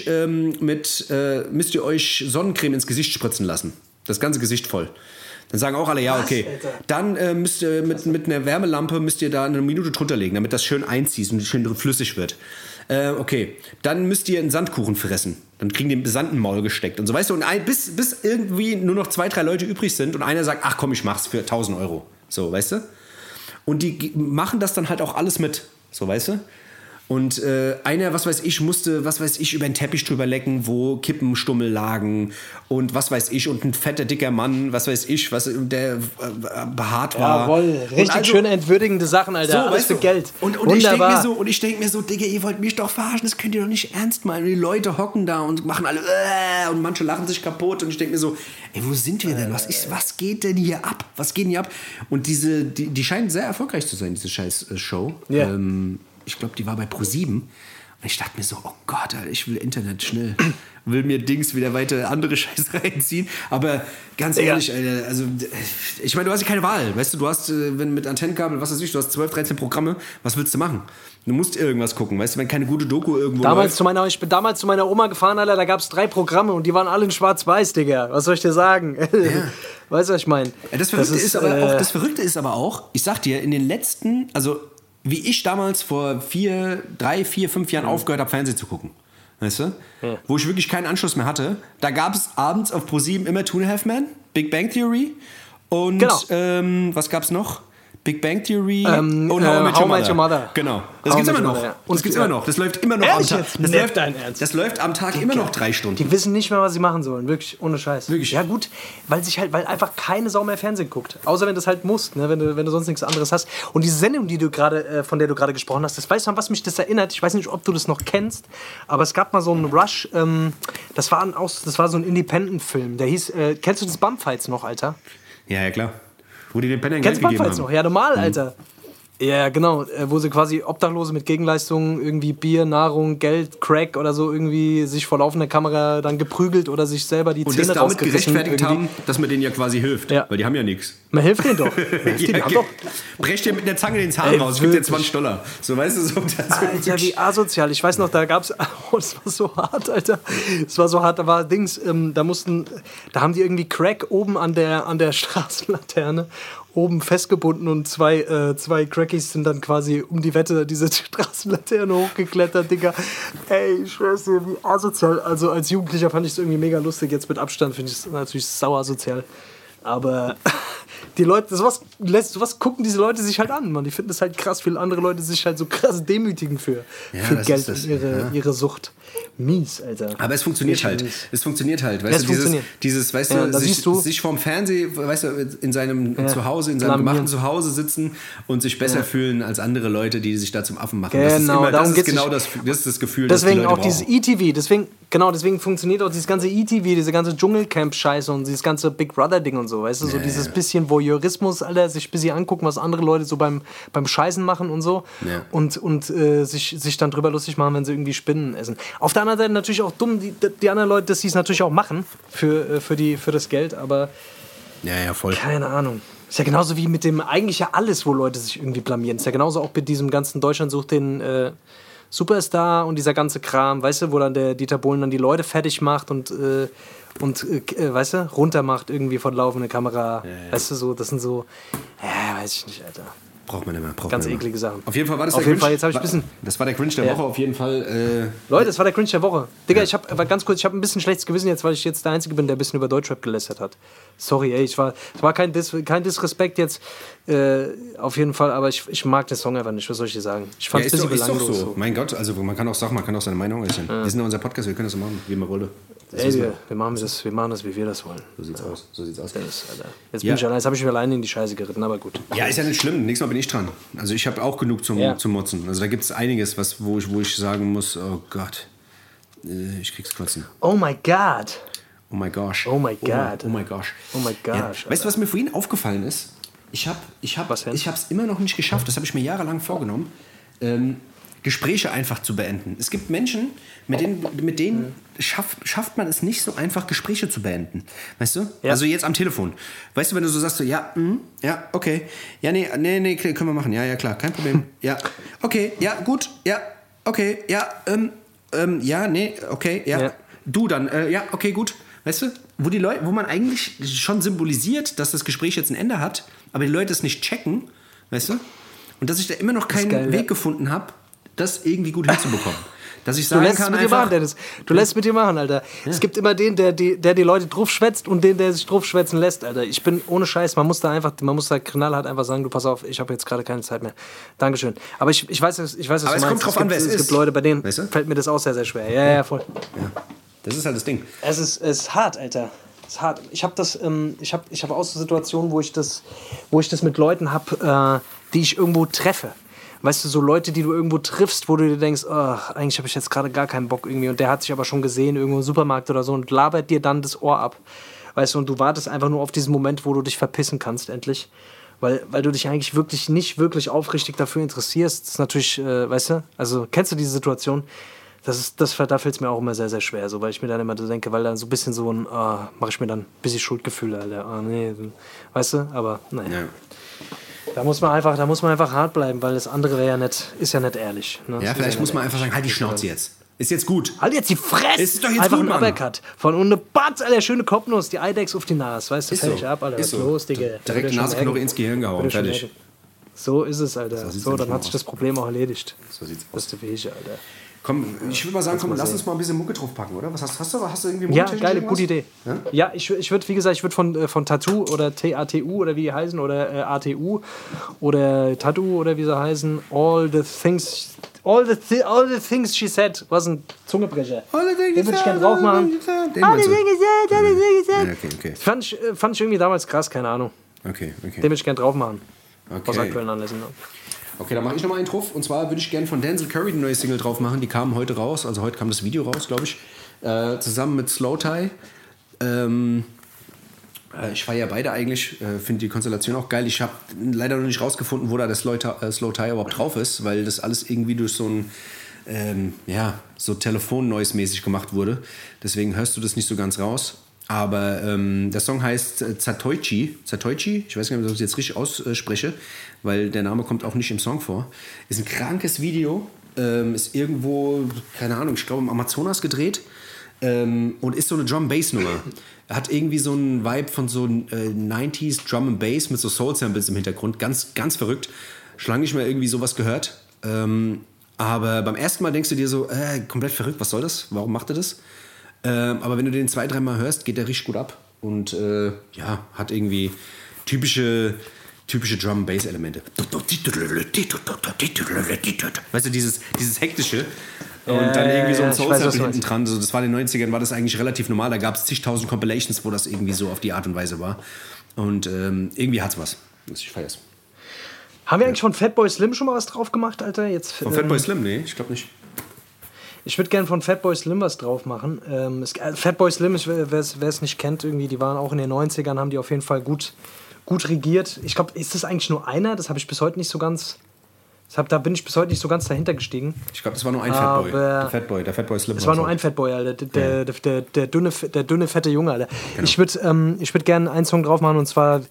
Sonnencreme ins Gesicht spritzen lassen. Das ganze Gesicht voll. Dann sagen auch alle, ja, okay. Dann müsst ihr mit einer Wärmelampe müsst ihr da eine Minute drunter legen, damit das schön einzieht und schön flüssig wird. Okay, dann müsst ihr einen Sandkuchen fressen. Dann kriegen die einen Sand in den Maul gesteckt und so, weißt du. Und bis irgendwie nur noch 2, 3 Leute übrig sind und einer sagt, ach komm, ich mach's für 1.000 Euro. So, weißt du? Und die machen das dann halt auch alles mit. So, weißt du? Und einer, musste über den Teppich drüber lecken, wo Kippenstummel lagen und was weiß ich, und ein fetter, dicker Mann, der behaart war. Jawohl, richtig schön entwürdigende Sachen, Alter, so, alles für Geld. Und ich denke mir so, Digga, ihr wollt mich doch verarschen, das könnt ihr doch nicht ernst meinen. Und die Leute hocken da und machen alle und manche lachen sich kaputt und ich denke mir so, ey, wo sind wir denn? Was geht denn hier ab? Was geht denn hier ab? Und die scheinen sehr erfolgreich zu sein, diese scheiß Show. Yeah. Ich glaube, die war bei Pro7. Und ich dachte mir so, oh Gott, Alter, ich will Internet schnell. Will mir wieder weiter andere Scheiße reinziehen. Aber ganz ehrlich, Alter, also ich meine, du hast ja keine Wahl. Weißt du, hast, wenn mit Antennenkabel, was weiß ich, du hast 12, 13 Programme, was willst du machen? Du musst irgendwas gucken, weißt du, wenn keine gute Doku irgendwo läuft. Ich bin damals zu meiner Oma gefahren, Alter, da gab es 3 Programme und die waren alle in schwarz-weiß, Digga. Was soll ich dir sagen? Ja. Weißt du, was ich meine? Ja, das Verrückte ist aber auch, ich sag dir, in den letzten, also wie ich damals vor 3, 4, 5 Jahren aufgehört habe, Fernsehen zu gucken. Weißt du? Ja. Wo ich wirklich keinen Anschluss mehr hatte. Da gab es abends auf Pro7 immer Two and a Half Men, Big Bang Theory und was gab's noch? Big Bang Theory und How I Met Your Mother. Genau. Das gibt's immer noch. Das gibt's immer noch. Das läuft immer noch am Tag. Das läuft am Tag immer noch 3 Stunden. Die wissen nicht mehr, was sie machen sollen. Wirklich, ohne Scheiß. Wirklich. Ja gut, weil einfach keine Sau mehr Fernsehen guckt. Außer wenn du es halt musst, ne? wenn du sonst nichts anderes hast. Und diese Sendung, von der du gerade gesprochen hast, das weißt du, an was mich das erinnert? Ich weiß nicht, ob du das noch kennst, aber es gab mal so einen Rush, das war so ein Independent-Film. Der hieß, kennst du das Bumfights noch, Alter? Ja, klar. Wo die den Pennern Geld gegeben haben. Noch? Ja, normal, Alter. Ja, genau. Wo sie quasi Obdachlose mit Gegenleistungen irgendwie Bier, Nahrung, Geld, Crack oder so irgendwie sich vor laufender Kamera dann geprügelt oder sich selber die Zähne rausgerissen. Und das damit gerechtfertigt haben, dass man denen ja quasi hilft. Ja. Weil die haben ja nichts. Man hilft denen doch. Brecht dir mit einer Zange den Zahn raus, gibt dir $20. So, weißt du, so. Alter, wie asozial. Ich weiß noch, da gab's, das war so hart, Alter. Das war so hart, da war Dings, da haben die irgendwie Crack oben an der Straßenlaterne oben festgebunden und zwei Crackies sind dann quasi um die Wette diese Straßenlaterne hochgeklettert, Digga. Ey, ich schwör's dir, wie asozial. Also als Jugendlicher fand ich es irgendwie mega lustig. Jetzt mit Abstand finde ich es natürlich sauer asozial. Aber die Leute, sowas gucken diese Leute sich halt an, Mann. Die finden das halt krass, viele andere Leute sich halt so krass demütigen für Geld und ihre Sucht. Mies, Alter. Aber es funktioniert halt. Es funktioniert halt. Weißt du, dieses, weißt du, sich vorm Fernseher, weißt du, in seinem Zuhause, in seinem gemachten Zuhause sitzen und sich besser fühlen als andere Leute, die sich da zum Affen machen. Genau, das ist das Gefühl, deswegen das die Leute auch dieses ETV, deswegen funktioniert auch dieses ganze ETV, diese ganze Dschungelcamp-Scheiße und dieses ganze Big Brother-Ding und so, weißt du, so dieses bisschen Voyeurismus, Alter, sich ein bisschen angucken, was andere Leute so beim Scheißen machen und so und sich dann drüber lustig machen, wenn sie irgendwie Spinnen essen. Auf der anderen Seite natürlich auch dumm, die anderen Leute, dass sie es natürlich auch machen für das Geld, aber voll. Keine Ahnung. Ist ja genauso wie mit dem eigentlich ja alles, wo Leute sich irgendwie blamieren. Ist ja genauso auch mit diesem ganzen Deutschland sucht den Superstar und dieser ganze Kram, weißt du, wo dann der Dieter Bohlen dann die Leute fertig macht und weißt du, runter macht irgendwie von laufender Kamera. Ja. Weißt du, so, das sind so, weiß ich nicht, Alter. Braucht man immer. Ganz eklige Sachen. Auf jeden Fall war das auf der jeden Fall, jetzt habe ich ein bisschen. Das war der Cringe der Woche auf jeden Fall. Leute, das war der Cringe der Woche. Digga, ich habe ein bisschen schlechtes Gewissen jetzt, weil ich jetzt der Einzige bin, der ein bisschen über Deutschrap gelästert hat. Sorry, ey, es war kein Disrespekt jetzt, auf jeden Fall, aber ich mag den Song einfach nicht, was soll ich dir sagen? Ich fand es ein bisschen belanglos. Ist doch so. Mein Gott, also man kann auch seine Meinung äußern. Wir sind ja unser Podcast, wir können das so machen, wie man wolle. Ey, wir machen das, wie wir das wollen. So sieht's aus. Jetzt habe ich mich alleine in die Scheiße geritten, aber gut. Ja, ist ja nicht schlimm. Nächstes Mal bin ich dran. Also ich habe auch genug zum Motzen. Also da gibt es einiges, wo ich sagen muss, oh Gott, ich krieg's kotzen. Oh my God. Oh my gosh. Oh my God. Oh my gosh. Oh my gosh. Ja. Weißt du, was mir vorhin aufgefallen ist? Ich habe es immer noch nicht geschafft, das habe ich mir jahrelang vorgenommen, Gespräche einfach zu beenden. Es gibt Menschen, mit denen schafft man es nicht so einfach, Gespräche zu beenden. Weißt du? Ja. Also jetzt am Telefon. Weißt du, wenn du so sagst, so, ja, okay. Ja, nee, können wir machen. Ja, klar, kein Problem. Ja, okay, ja, gut, ja, okay, ja, ja, nee, okay, ja. Du dann, ja, okay, gut. Weißt du? Wo man eigentlich schon symbolisiert, dass das Gespräch jetzt ein Ende hat, aber die Leute es nicht checken, weißt du? Und dass ich da immer noch keinen Weg gefunden habe, das irgendwie gut hinzubekommen. Dass ich sagen kann einfach... Du lässt es mit dir machen, Alter. Ja. Es gibt immer den, der die Leute drauf schwätzt und den, der sich drauf schwätzen lässt, Alter. Ich bin ohne Scheiß, man muss da knallhart einfach sagen, du pass auf, ich habe jetzt gerade keine Zeit mehr. Dankeschön. Aber ich weiß, was du meinst. Es kommt drauf an, wer es ist. Es gibt Leute, bei denen fällt mir das auch sehr, sehr schwer. Ja, voll. Ja. Das ist halt das Ding. Es ist hart, Alter. Es ist hart. Ich habe auch so Situationen, wo ich das mit Leuten habe, die ich irgendwo treffe. Weißt du, so Leute, die du irgendwo triffst, wo du dir denkst, eigentlich habe ich jetzt gerade gar keinen Bock irgendwie und der hat sich aber schon gesehen, irgendwo im Supermarkt oder so und labert dir dann das Ohr ab. Weißt du, und du wartest einfach nur auf diesen Moment, wo du dich verpissen kannst, endlich. Weil du dich eigentlich nicht wirklich aufrichtig dafür interessierst. Das ist natürlich, weißt du, also kennst du diese Situation? Da fällt es mir auch immer sehr, sehr schwer, so, weil ich mir dann immer so denke, weil dann so ein bisschen so ein, mache ich mir dann ein bisschen Schuldgefühle, Alter. Nee, weißt du, aber naja. Ja. Da muss man einfach hart bleiben, weil das andere ist ja nicht ehrlich. Ne? Ja, vielleicht muss man einfach sagen, halt die Schnauze jetzt. Ist jetzt gut. Halt jetzt die Fresse! Ist doch jetzt einfach gut, ein Uppercut. Von ohne Batz, Alter, schöne Kopfnuss, die Eidex auf die Nase. Weißt du, fertig ab, Alter. Was ist los, Digga? Direkt Nasenknoche ins Gehirn gehauen, fertig. So ist es, Alter. So, dann hat sich das Problem auch erledigt. So sieht's aus. Das ist der Wege, Alter. Komm, ich würde mal sagen, lass uns mal ein bisschen Mucke draufpacken, oder? Was hast du irgendwie Mucke? Ja, geile, gute Idee. Ja, ich würde, wie gesagt, von Tattoo oder TATU oder wie die heißen oder ATU oder Tattoo oder wie sie heißen, all the things she said, was ein Zungebrecher. Den würde ich gerne drauf machen. All the things she said. Fand ich irgendwie damals krass, keine Ahnung. Okay. Den würde ich gerne drauf machen. Aus aktuellen Anlässen. Okay, dann mache ich nochmal einen drauf. Und zwar würde ich gerne von Denzel Curry die neue Single drauf machen. Die kam heute raus. Also heute kam das Video raus, glaube ich. Zusammen mit Slow Tie. Ich feiere beide eigentlich. Finde die Konstellation auch geil. Ich habe leider noch nicht rausgefunden, wo da der Slow Tie überhaupt drauf ist. Weil das alles irgendwie durch so ein so Telefon-Noise-mäßig gemacht wurde. Deswegen hörst du das nicht so ganz raus. Aber der Song heißt Zatoichi. Ich weiß nicht, ob ich das jetzt richtig ausspreche, weil der Name kommt auch nicht im Song vor. Ist ein krankes Video. Ist irgendwo, keine Ahnung, ich glaube im Amazonas gedreht. Und ist so eine Drum-Bass-Nummer. Er hat irgendwie so einen Vibe von so 90s Drum and Bass mit so Soul-Samples im Hintergrund. Ganz, ganz verrückt. Schon lange nicht mehr irgendwie sowas gehört. Aber beim ersten Mal denkst du dir so, komplett verrückt, was soll das? Warum macht er das? Aber wenn du den 2-3 Mal hörst, geht der richtig gut ab. Und hat irgendwie typische Drum-Bass-Elemente. Weißt du, dieses hektische. Und dann irgendwie so ein Soul-Sample hinten dran. Also das war in den 90ern, war das eigentlich relativ normal. Da gab es zigtausend Compilations, wo das irgendwie so auf die Art und Weise war. Und irgendwie hat's was. Ich feier's. Haben wir eigentlich von Fatboy Slim schon mal was drauf gemacht, Alter? Von Fatboy Slim? Nee, ich glaube nicht. Ich würde gerne von Fatboy Slim was drauf machen. Fatboy Slim, wer es nicht kennt, irgendwie, die waren auch in den 90ern, haben die auf jeden Fall gut regiert. Ich glaube, ist das eigentlich nur einer? Das habe ich bis heute nicht so ganz... Da bin ich bis heute nicht so ganz dahinter gestiegen. Ich glaube, das war nur ein Fatboy. Der Fatboy Slim. Das war nur ein Fatboy, Alter. Der dünne, fette Junge, Alter. Genau. Ich würd gerne einen Song drauf machen, und zwar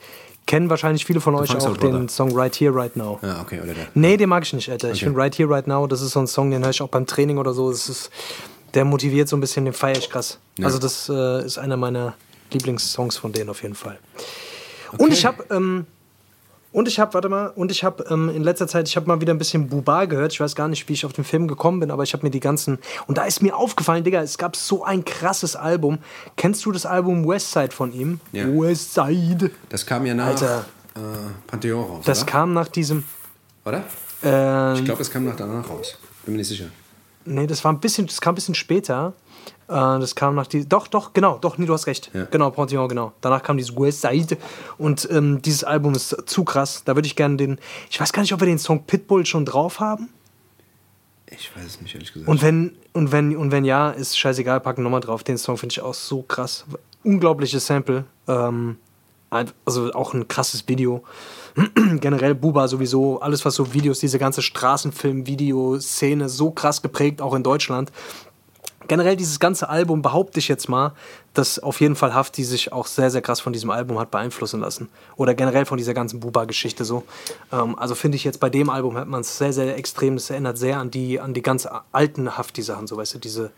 kennen wahrscheinlich viele von euch auch den Song Right Here, Right Now. Ja, okay, oder der. Nee, den mag ich nicht, Alter. Ich finde Right Here, Right Now, das ist so ein Song, den höre ich auch beim Training oder so. Der motiviert so ein bisschen, den feiere ich krass. Ja. Also das ist einer meiner Lieblingssongs von denen auf jeden Fall. Okay. Und ich habe in letzter Zeit, ich habe mal wieder ein bisschen Buba gehört. Ich weiß gar nicht, wie ich auf den Film gekommen bin, aber ich habe mir die ganzen... Und da ist mir aufgefallen, Digga, es gab so ein krasses Album. Kennst du das Album Westside von ihm? Ja. Westside. Das kam ja nach Pantheon raus, Das oder? kam nach diesem... Oder? Ich glaube, es kam danach raus. Bin mir nicht sicher. Nee, das kam ein bisschen später. Das kam nach die. Doch, nee, du hast recht. Ja. Genau, Pantheon, genau. Danach kam dieses Westside und dieses Album ist zu krass. Da würde ich gerne ich weiß gar nicht, ob wir den Song Pitbull schon drauf haben. Ich weiß es nicht, ehrlich gesagt. Und wenn ja, ist scheißegal, packen nochmal drauf. Den Song finde ich auch so krass. Unglaubliches Sample. Also auch ein krasses Video. Generell Buba sowieso, alles was so Videos, diese ganze Straßenfilm-Videoszene so krass geprägt, auch in Deutschland. Generell dieses ganze Album, behaupte ich jetzt mal, dass auf jeden Fall Hafti sich auch sehr, sehr krass von diesem Album hat beeinflussen lassen. Oder generell von dieser ganzen Buba-Geschichte so. Also finde ich jetzt bei dem Album hat man es sehr, sehr extrem, das erinnert sehr an die ganz alten Hafti-Sachen, so weißt du, diese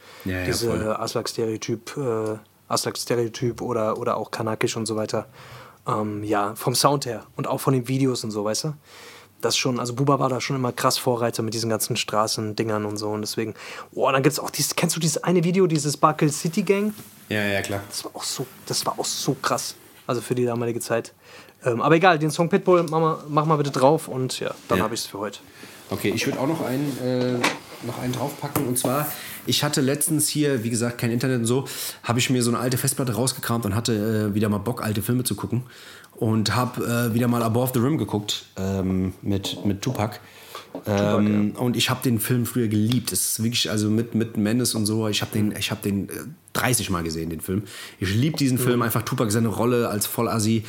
Aslak-Stereotyp oder auch Kanakisch und so weiter. Vom Sound her und auch von den Videos und so, weißt du? Das schon, also Buba war da schon immer krass Vorreiter mit diesen ganzen Straßendingern und so und deswegen, dann gibt's auch kennst du dieses eine Video, dieses Buckle City Gang? Ja, klar. Das war auch so krass, also für die damalige Zeit. Aber egal, den Song Pitbull, mach mal bitte drauf und dann habe ich es für heute. Okay, ich würde auch noch einen draufpacken und zwar, ich hatte letztens hier, wie gesagt, kein Internet und so, habe ich mir so eine alte Festplatte rausgekramt und hatte wieder mal Bock, alte Filme zu gucken und habe wieder mal Above the Rim geguckt mit Tupac. Und ich habe den Film früher geliebt. Es ist wirklich, also mit Menace und so, ich habe den 30 Mal gesehen, den Film. Ich liebe diesen Film, einfach Tupac, seine Rolle als Vollassi,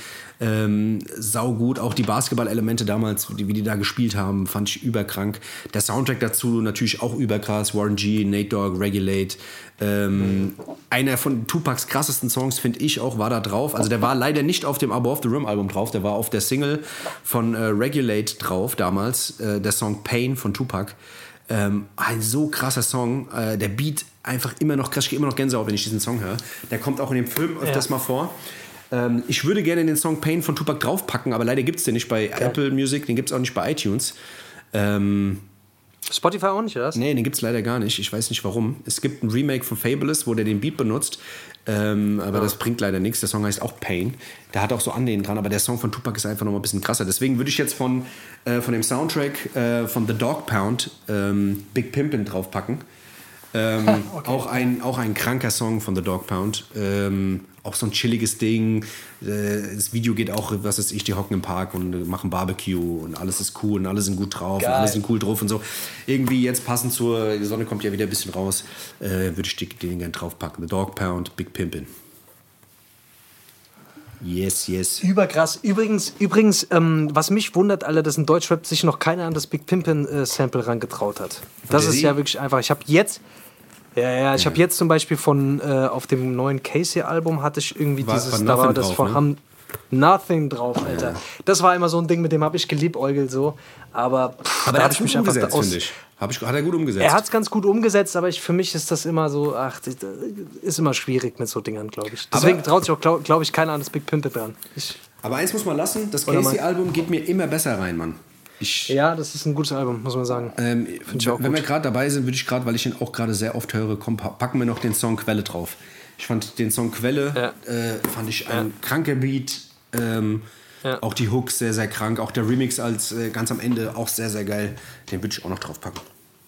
saugut. Auch die Basketball-Elemente damals, wie die da gespielt haben, fand ich überkrank. Der Soundtrack dazu natürlich auch überkrass. Warren G, Nate Dogg, Regulate. Einer von Tupacs krassesten Songs, finde ich auch, war da drauf. Also der war leider nicht auf dem Above the Rim Album drauf, der war auf der Single von Regulate drauf damals, der Song Pain von Tupac. Ein so krasser Song, der Beat einfach immer noch krass, ich kriege immer noch Gänsehaut, wenn ich diesen Song höre. Der kommt auch in dem Film öfters mal vor. Ich würde gerne den Song Pain von Tupac draufpacken, aber leider gibt es den nicht bei Apple Music, den gibt es auch nicht bei iTunes. Spotify auch nicht, oder? Nee, den gibt es leider gar nicht. Ich weiß nicht warum. Es gibt ein Remake von Fabulous, wo der den Beat benutzt. Aber das bringt leider nichts. Der Song heißt auch Pain. Der hat auch so Anlehnen dran, aber der Song von Tupac ist einfach noch mal ein bisschen krasser. Deswegen würde ich jetzt von dem Soundtrack von The Dog Pound Big Pimpin' draufpacken. Okay. Auch ein kranker Song von The Dog Pound. Auch so ein chilliges Ding. Das Video geht auch, was weiß ich, die hocken im Park und machen Barbecue und alles ist cool und alle sind gut drauf und alle sind cool drauf und so. Irgendwie jetzt passend die Sonne kommt ja wieder ein bisschen raus, würde ich den gerne draufpacken. The Dog Pound, Big Pimpin'. Yes. Überkrass. Übrigens, was mich wundert, Alter, dass in Deutschrap sich noch keiner an das Big Pimpin' Sample rangetraut hat. Das ist ja wirklich einfach. Ich habe jetzt zum Beispiel auf dem neuen Casey-Album hatte ich irgendwie da war das von Ham Nothing drauf, Alter. Ja. Das war immer so ein Ding, mit dem habe ich geliebäugelt so. Aber da habe ich mich einfach finde ich. Hat er gut umgesetzt. Er hat es ganz gut umgesetzt, aber für mich ist das immer so, ist immer schwierig mit so Dingern, glaube ich. Deswegen traut sich auch, glaube ich, keiner an das Big Pimpin' dran. Aber eins muss man lassen, das Casey-Album geht mir immer besser rein, Mann. Ja, das ist ein gutes Album, muss man sagen. Wenn wir gerade dabei sind, würde ich gerade, weil ich ihn auch gerade sehr oft höre, packen wir noch den Song Quelle drauf. Ich fand den Song Quelle, fand ich ein kranker Beat. Auch die Hooks sehr, sehr krank. Auch der Remix als ganz am Ende auch sehr, sehr geil. Den würde ich auch noch drauf packen.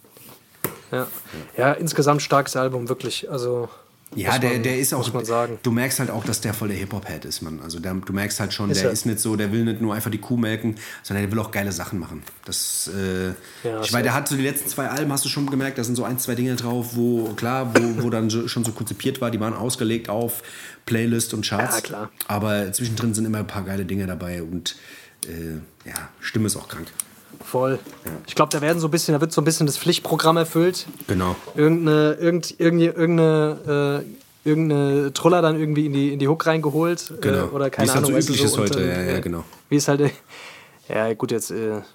Ja, insgesamt starkes Album, wirklich. Also ja, der ist auch, muss man sagen. Du merkst halt auch, dass der voll der Hip-Hop-Head ist, Mann. Also du merkst halt schon, ist nicht so, der will nicht nur einfach die Kuh melken, sondern der will auch geile Sachen machen. Ich meine, der hat so die letzten 2 Alben, hast du schon gemerkt, da sind so 1, 2 Dinge drauf, wo dann schon so konzipiert war, die waren ausgelegt auf Playlist und Charts. Ja, klar. Aber zwischendrin sind immer ein paar geile Dinge dabei und Stimme ist auch krank. Voll. Ja. Ich glaube, da wird so ein bisschen das Pflichtprogramm erfüllt. Genau. Irgendeine irgendeine Troller dann irgendwie in die Hook reingeholt. Genau. Oder keine Ahnung. Wie es halt so üblich ist und heute, dann, ja, genau. Wie es halt, ja gut, jetzt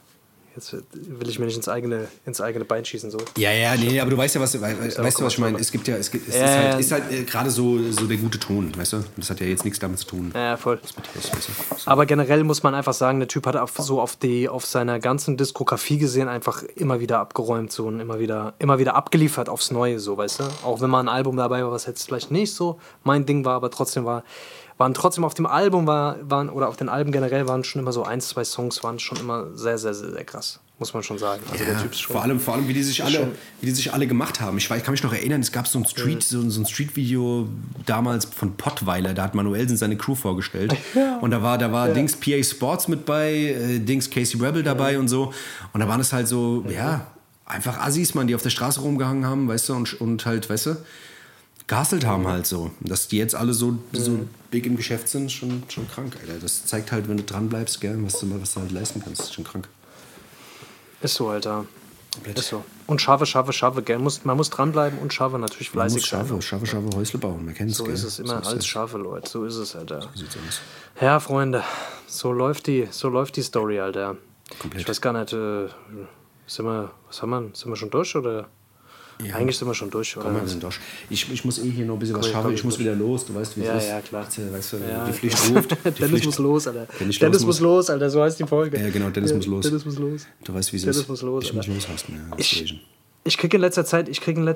will ich mir nicht ins eigene Bein schießen. So. Ja, nee, aber du weißt ja, was ich meine. Es ist halt gerade so der gute Ton, weißt du? Das hat ja jetzt nichts damit zu tun. Ja, voll. Aber generell muss man einfach sagen, der Typ hat auf seiner ganzen Diskografie gesehen einfach immer wieder abgeräumt so und immer wieder abgeliefert aufs Neue, so, weißt du? Auch wenn mal ein Album dabei war, was jetzt vielleicht nicht so mein Ding war, aber trotzdem waren trotzdem auf dem Album oder auf den Alben generell waren schon immer so 1, 2 Songs waren schon immer sehr, sehr, sehr, sehr krass, muss man schon sagen. Also der Typ ist schon, vor allem wie die sich alle gemacht haben. Ich kann mich noch erinnern, es gab so ein Street-Video damals von Pottweiler, da hat Manuelsen seine Crew vorgestellt. Ja. Und da war Dings PA Sports mit bei, Dings Casey Rebel dabei und so. Und da waren es halt so, einfach Assis, man, die auf der Straße rumgehangen haben, weißt du, und halt, weißt du, gehustelt haben halt so. Dass die jetzt alle so big im Geschäft sind, schon krank, Alter. Das zeigt halt, wenn du dran bleibst, gell, was du halt leisten kannst. Das ist schon krank. Ist so, Alter. Komplett. Ist so. Und schaffe, gell. Man muss dranbleiben und schaffe natürlich fleißig sein. Schaffe, Häusle bauen. Man kennt es, so gell. Ist es immer. So alles schaffe, Leute. So ist es, Alter. So sieht's aus. Ja, Freunde. So läuft die Story, Alter. Komplett. Ich weiß gar nicht, sind wir schon durch, oder? Ja. Eigentlich sind wir schon durch, oder? Wir sind durch. Ich muss hier noch ein bisschen was schaffen. Ich muss wieder los. Du weißt, wie es ist. Ja, klar. Weißt du, die Pflicht ruft. Dennis muss los, Alter. Dennis muss los, Alter. So heißt die Folge. Ja, genau. Dennis muss los. Dennis muss los. Du weißt, wie es ist. Dennis muss los, ich muss loshasten. Ja, ich kriege in letzter Zeit,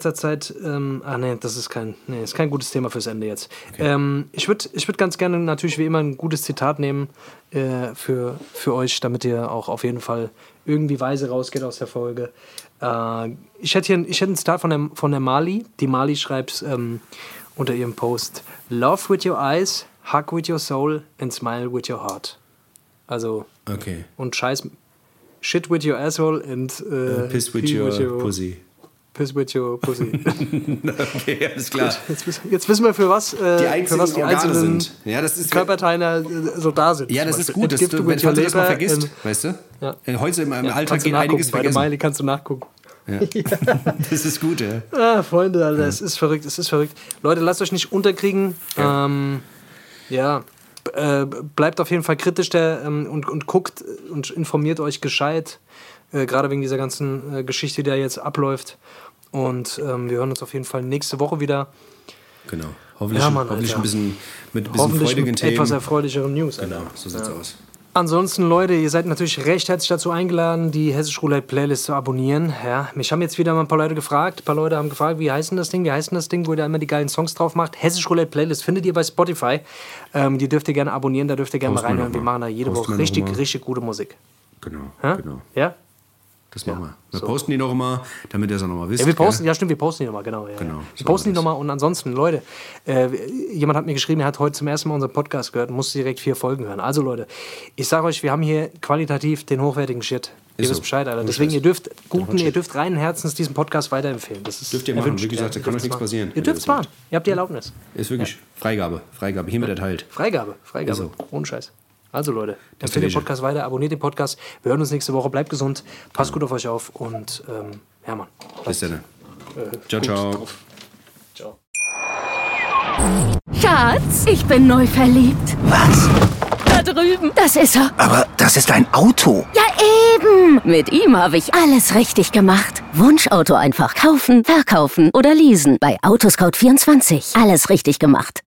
das ist kein gutes Thema fürs Ende jetzt. Okay. Ich würd ganz gerne natürlich wie immer ein gutes Zitat nehmen für euch, damit ihr auch auf jeden Fall irgendwie weise rausgeht aus der Folge. Ich hätte ein Zitat von der Mali. Die Mali schreibt unter ihrem Post: Love with your eyes, hug with your soul and smile with your heart. Also, okay. Und Shit with your asshole and piss with your pussy. Piss with your pussy. Okay, alles klar. Jetzt wissen wir, für was die einzelnen sind. Ja, das ist Körperteile so da sind. Ja, das ist gut, wenn du das mal vergisst, weißt du? Ja. Heute im Alltag geht einiges vergessen. Bei der Miley kannst du nachgucken. Ja. Das ist gut, ja. Ah, Freunde, Alter, es ist verrückt. Leute, lasst euch nicht unterkriegen. Bleibt auf jeden Fall kritisch und guckt und informiert euch gescheit. Gerade wegen dieser ganzen Geschichte, die da jetzt abläuft. Und wir hören uns auf jeden Fall nächste Woche wieder. Genau. Hoffentlich ein bisschen mit freudigen Themen. Etwas erfreulicheren News. Genau, so sieht's aus. Ansonsten, Leute, ihr seid natürlich recht herzlich dazu eingeladen, die Hessisch Roulette Playlist zu abonnieren. Ja, mich haben jetzt wieder mal ein paar Leute gefragt. Ein paar Leute haben gefragt, wie heißt denn das Ding, wo ihr da immer die geilen Songs drauf macht. Hessisch Roulette Playlist findet ihr bei Spotify. Die dürft ihr gerne abonnieren, da dürft ihr gerne mal reinhören. Wir machen da jede Woche richtig gute Musik. Genau. Ja? Das machen wir. Wir posten die noch mal, damit ihr es auch noch mal wisst. Ja, wir posten die noch mal, genau. Ja. Wir posten die noch mal und ansonsten, Leute, jemand hat mir geschrieben, er hat heute zum ersten Mal unseren Podcast gehört und musste direkt 4 Folgen hören. Also Leute, ich sage euch, wir haben hier qualitativ den hochwertigen Shit. Ihr wisst Bescheid, Alter. Deswegen, ihr dürft reinen Herzens diesen Podcast weiterempfehlen. Das ist dürft ihr machen. Wie gesagt, da kann euch nichts passieren. Ihr dürft es machen. Ihr habt die Erlaubnis. Ist wirklich Freigabe. Hiermit erteilt. Freigabe. Ohne Scheiß. Also Leute, empfehlt den Podcast weiter, abonniert den Podcast. Wir hören uns nächste Woche. Bleibt gesund, passt gut auf euch auf und Mann. Bis dann. Ciao. Schatz, ich bin neu verliebt. Was? Da drüben. Das ist er. Aber das ist ein Auto. Ja, eben. Mit ihm habe ich alles richtig gemacht. Wunschauto einfach kaufen, verkaufen oder leasen. Bei Autoscout24. Alles richtig gemacht.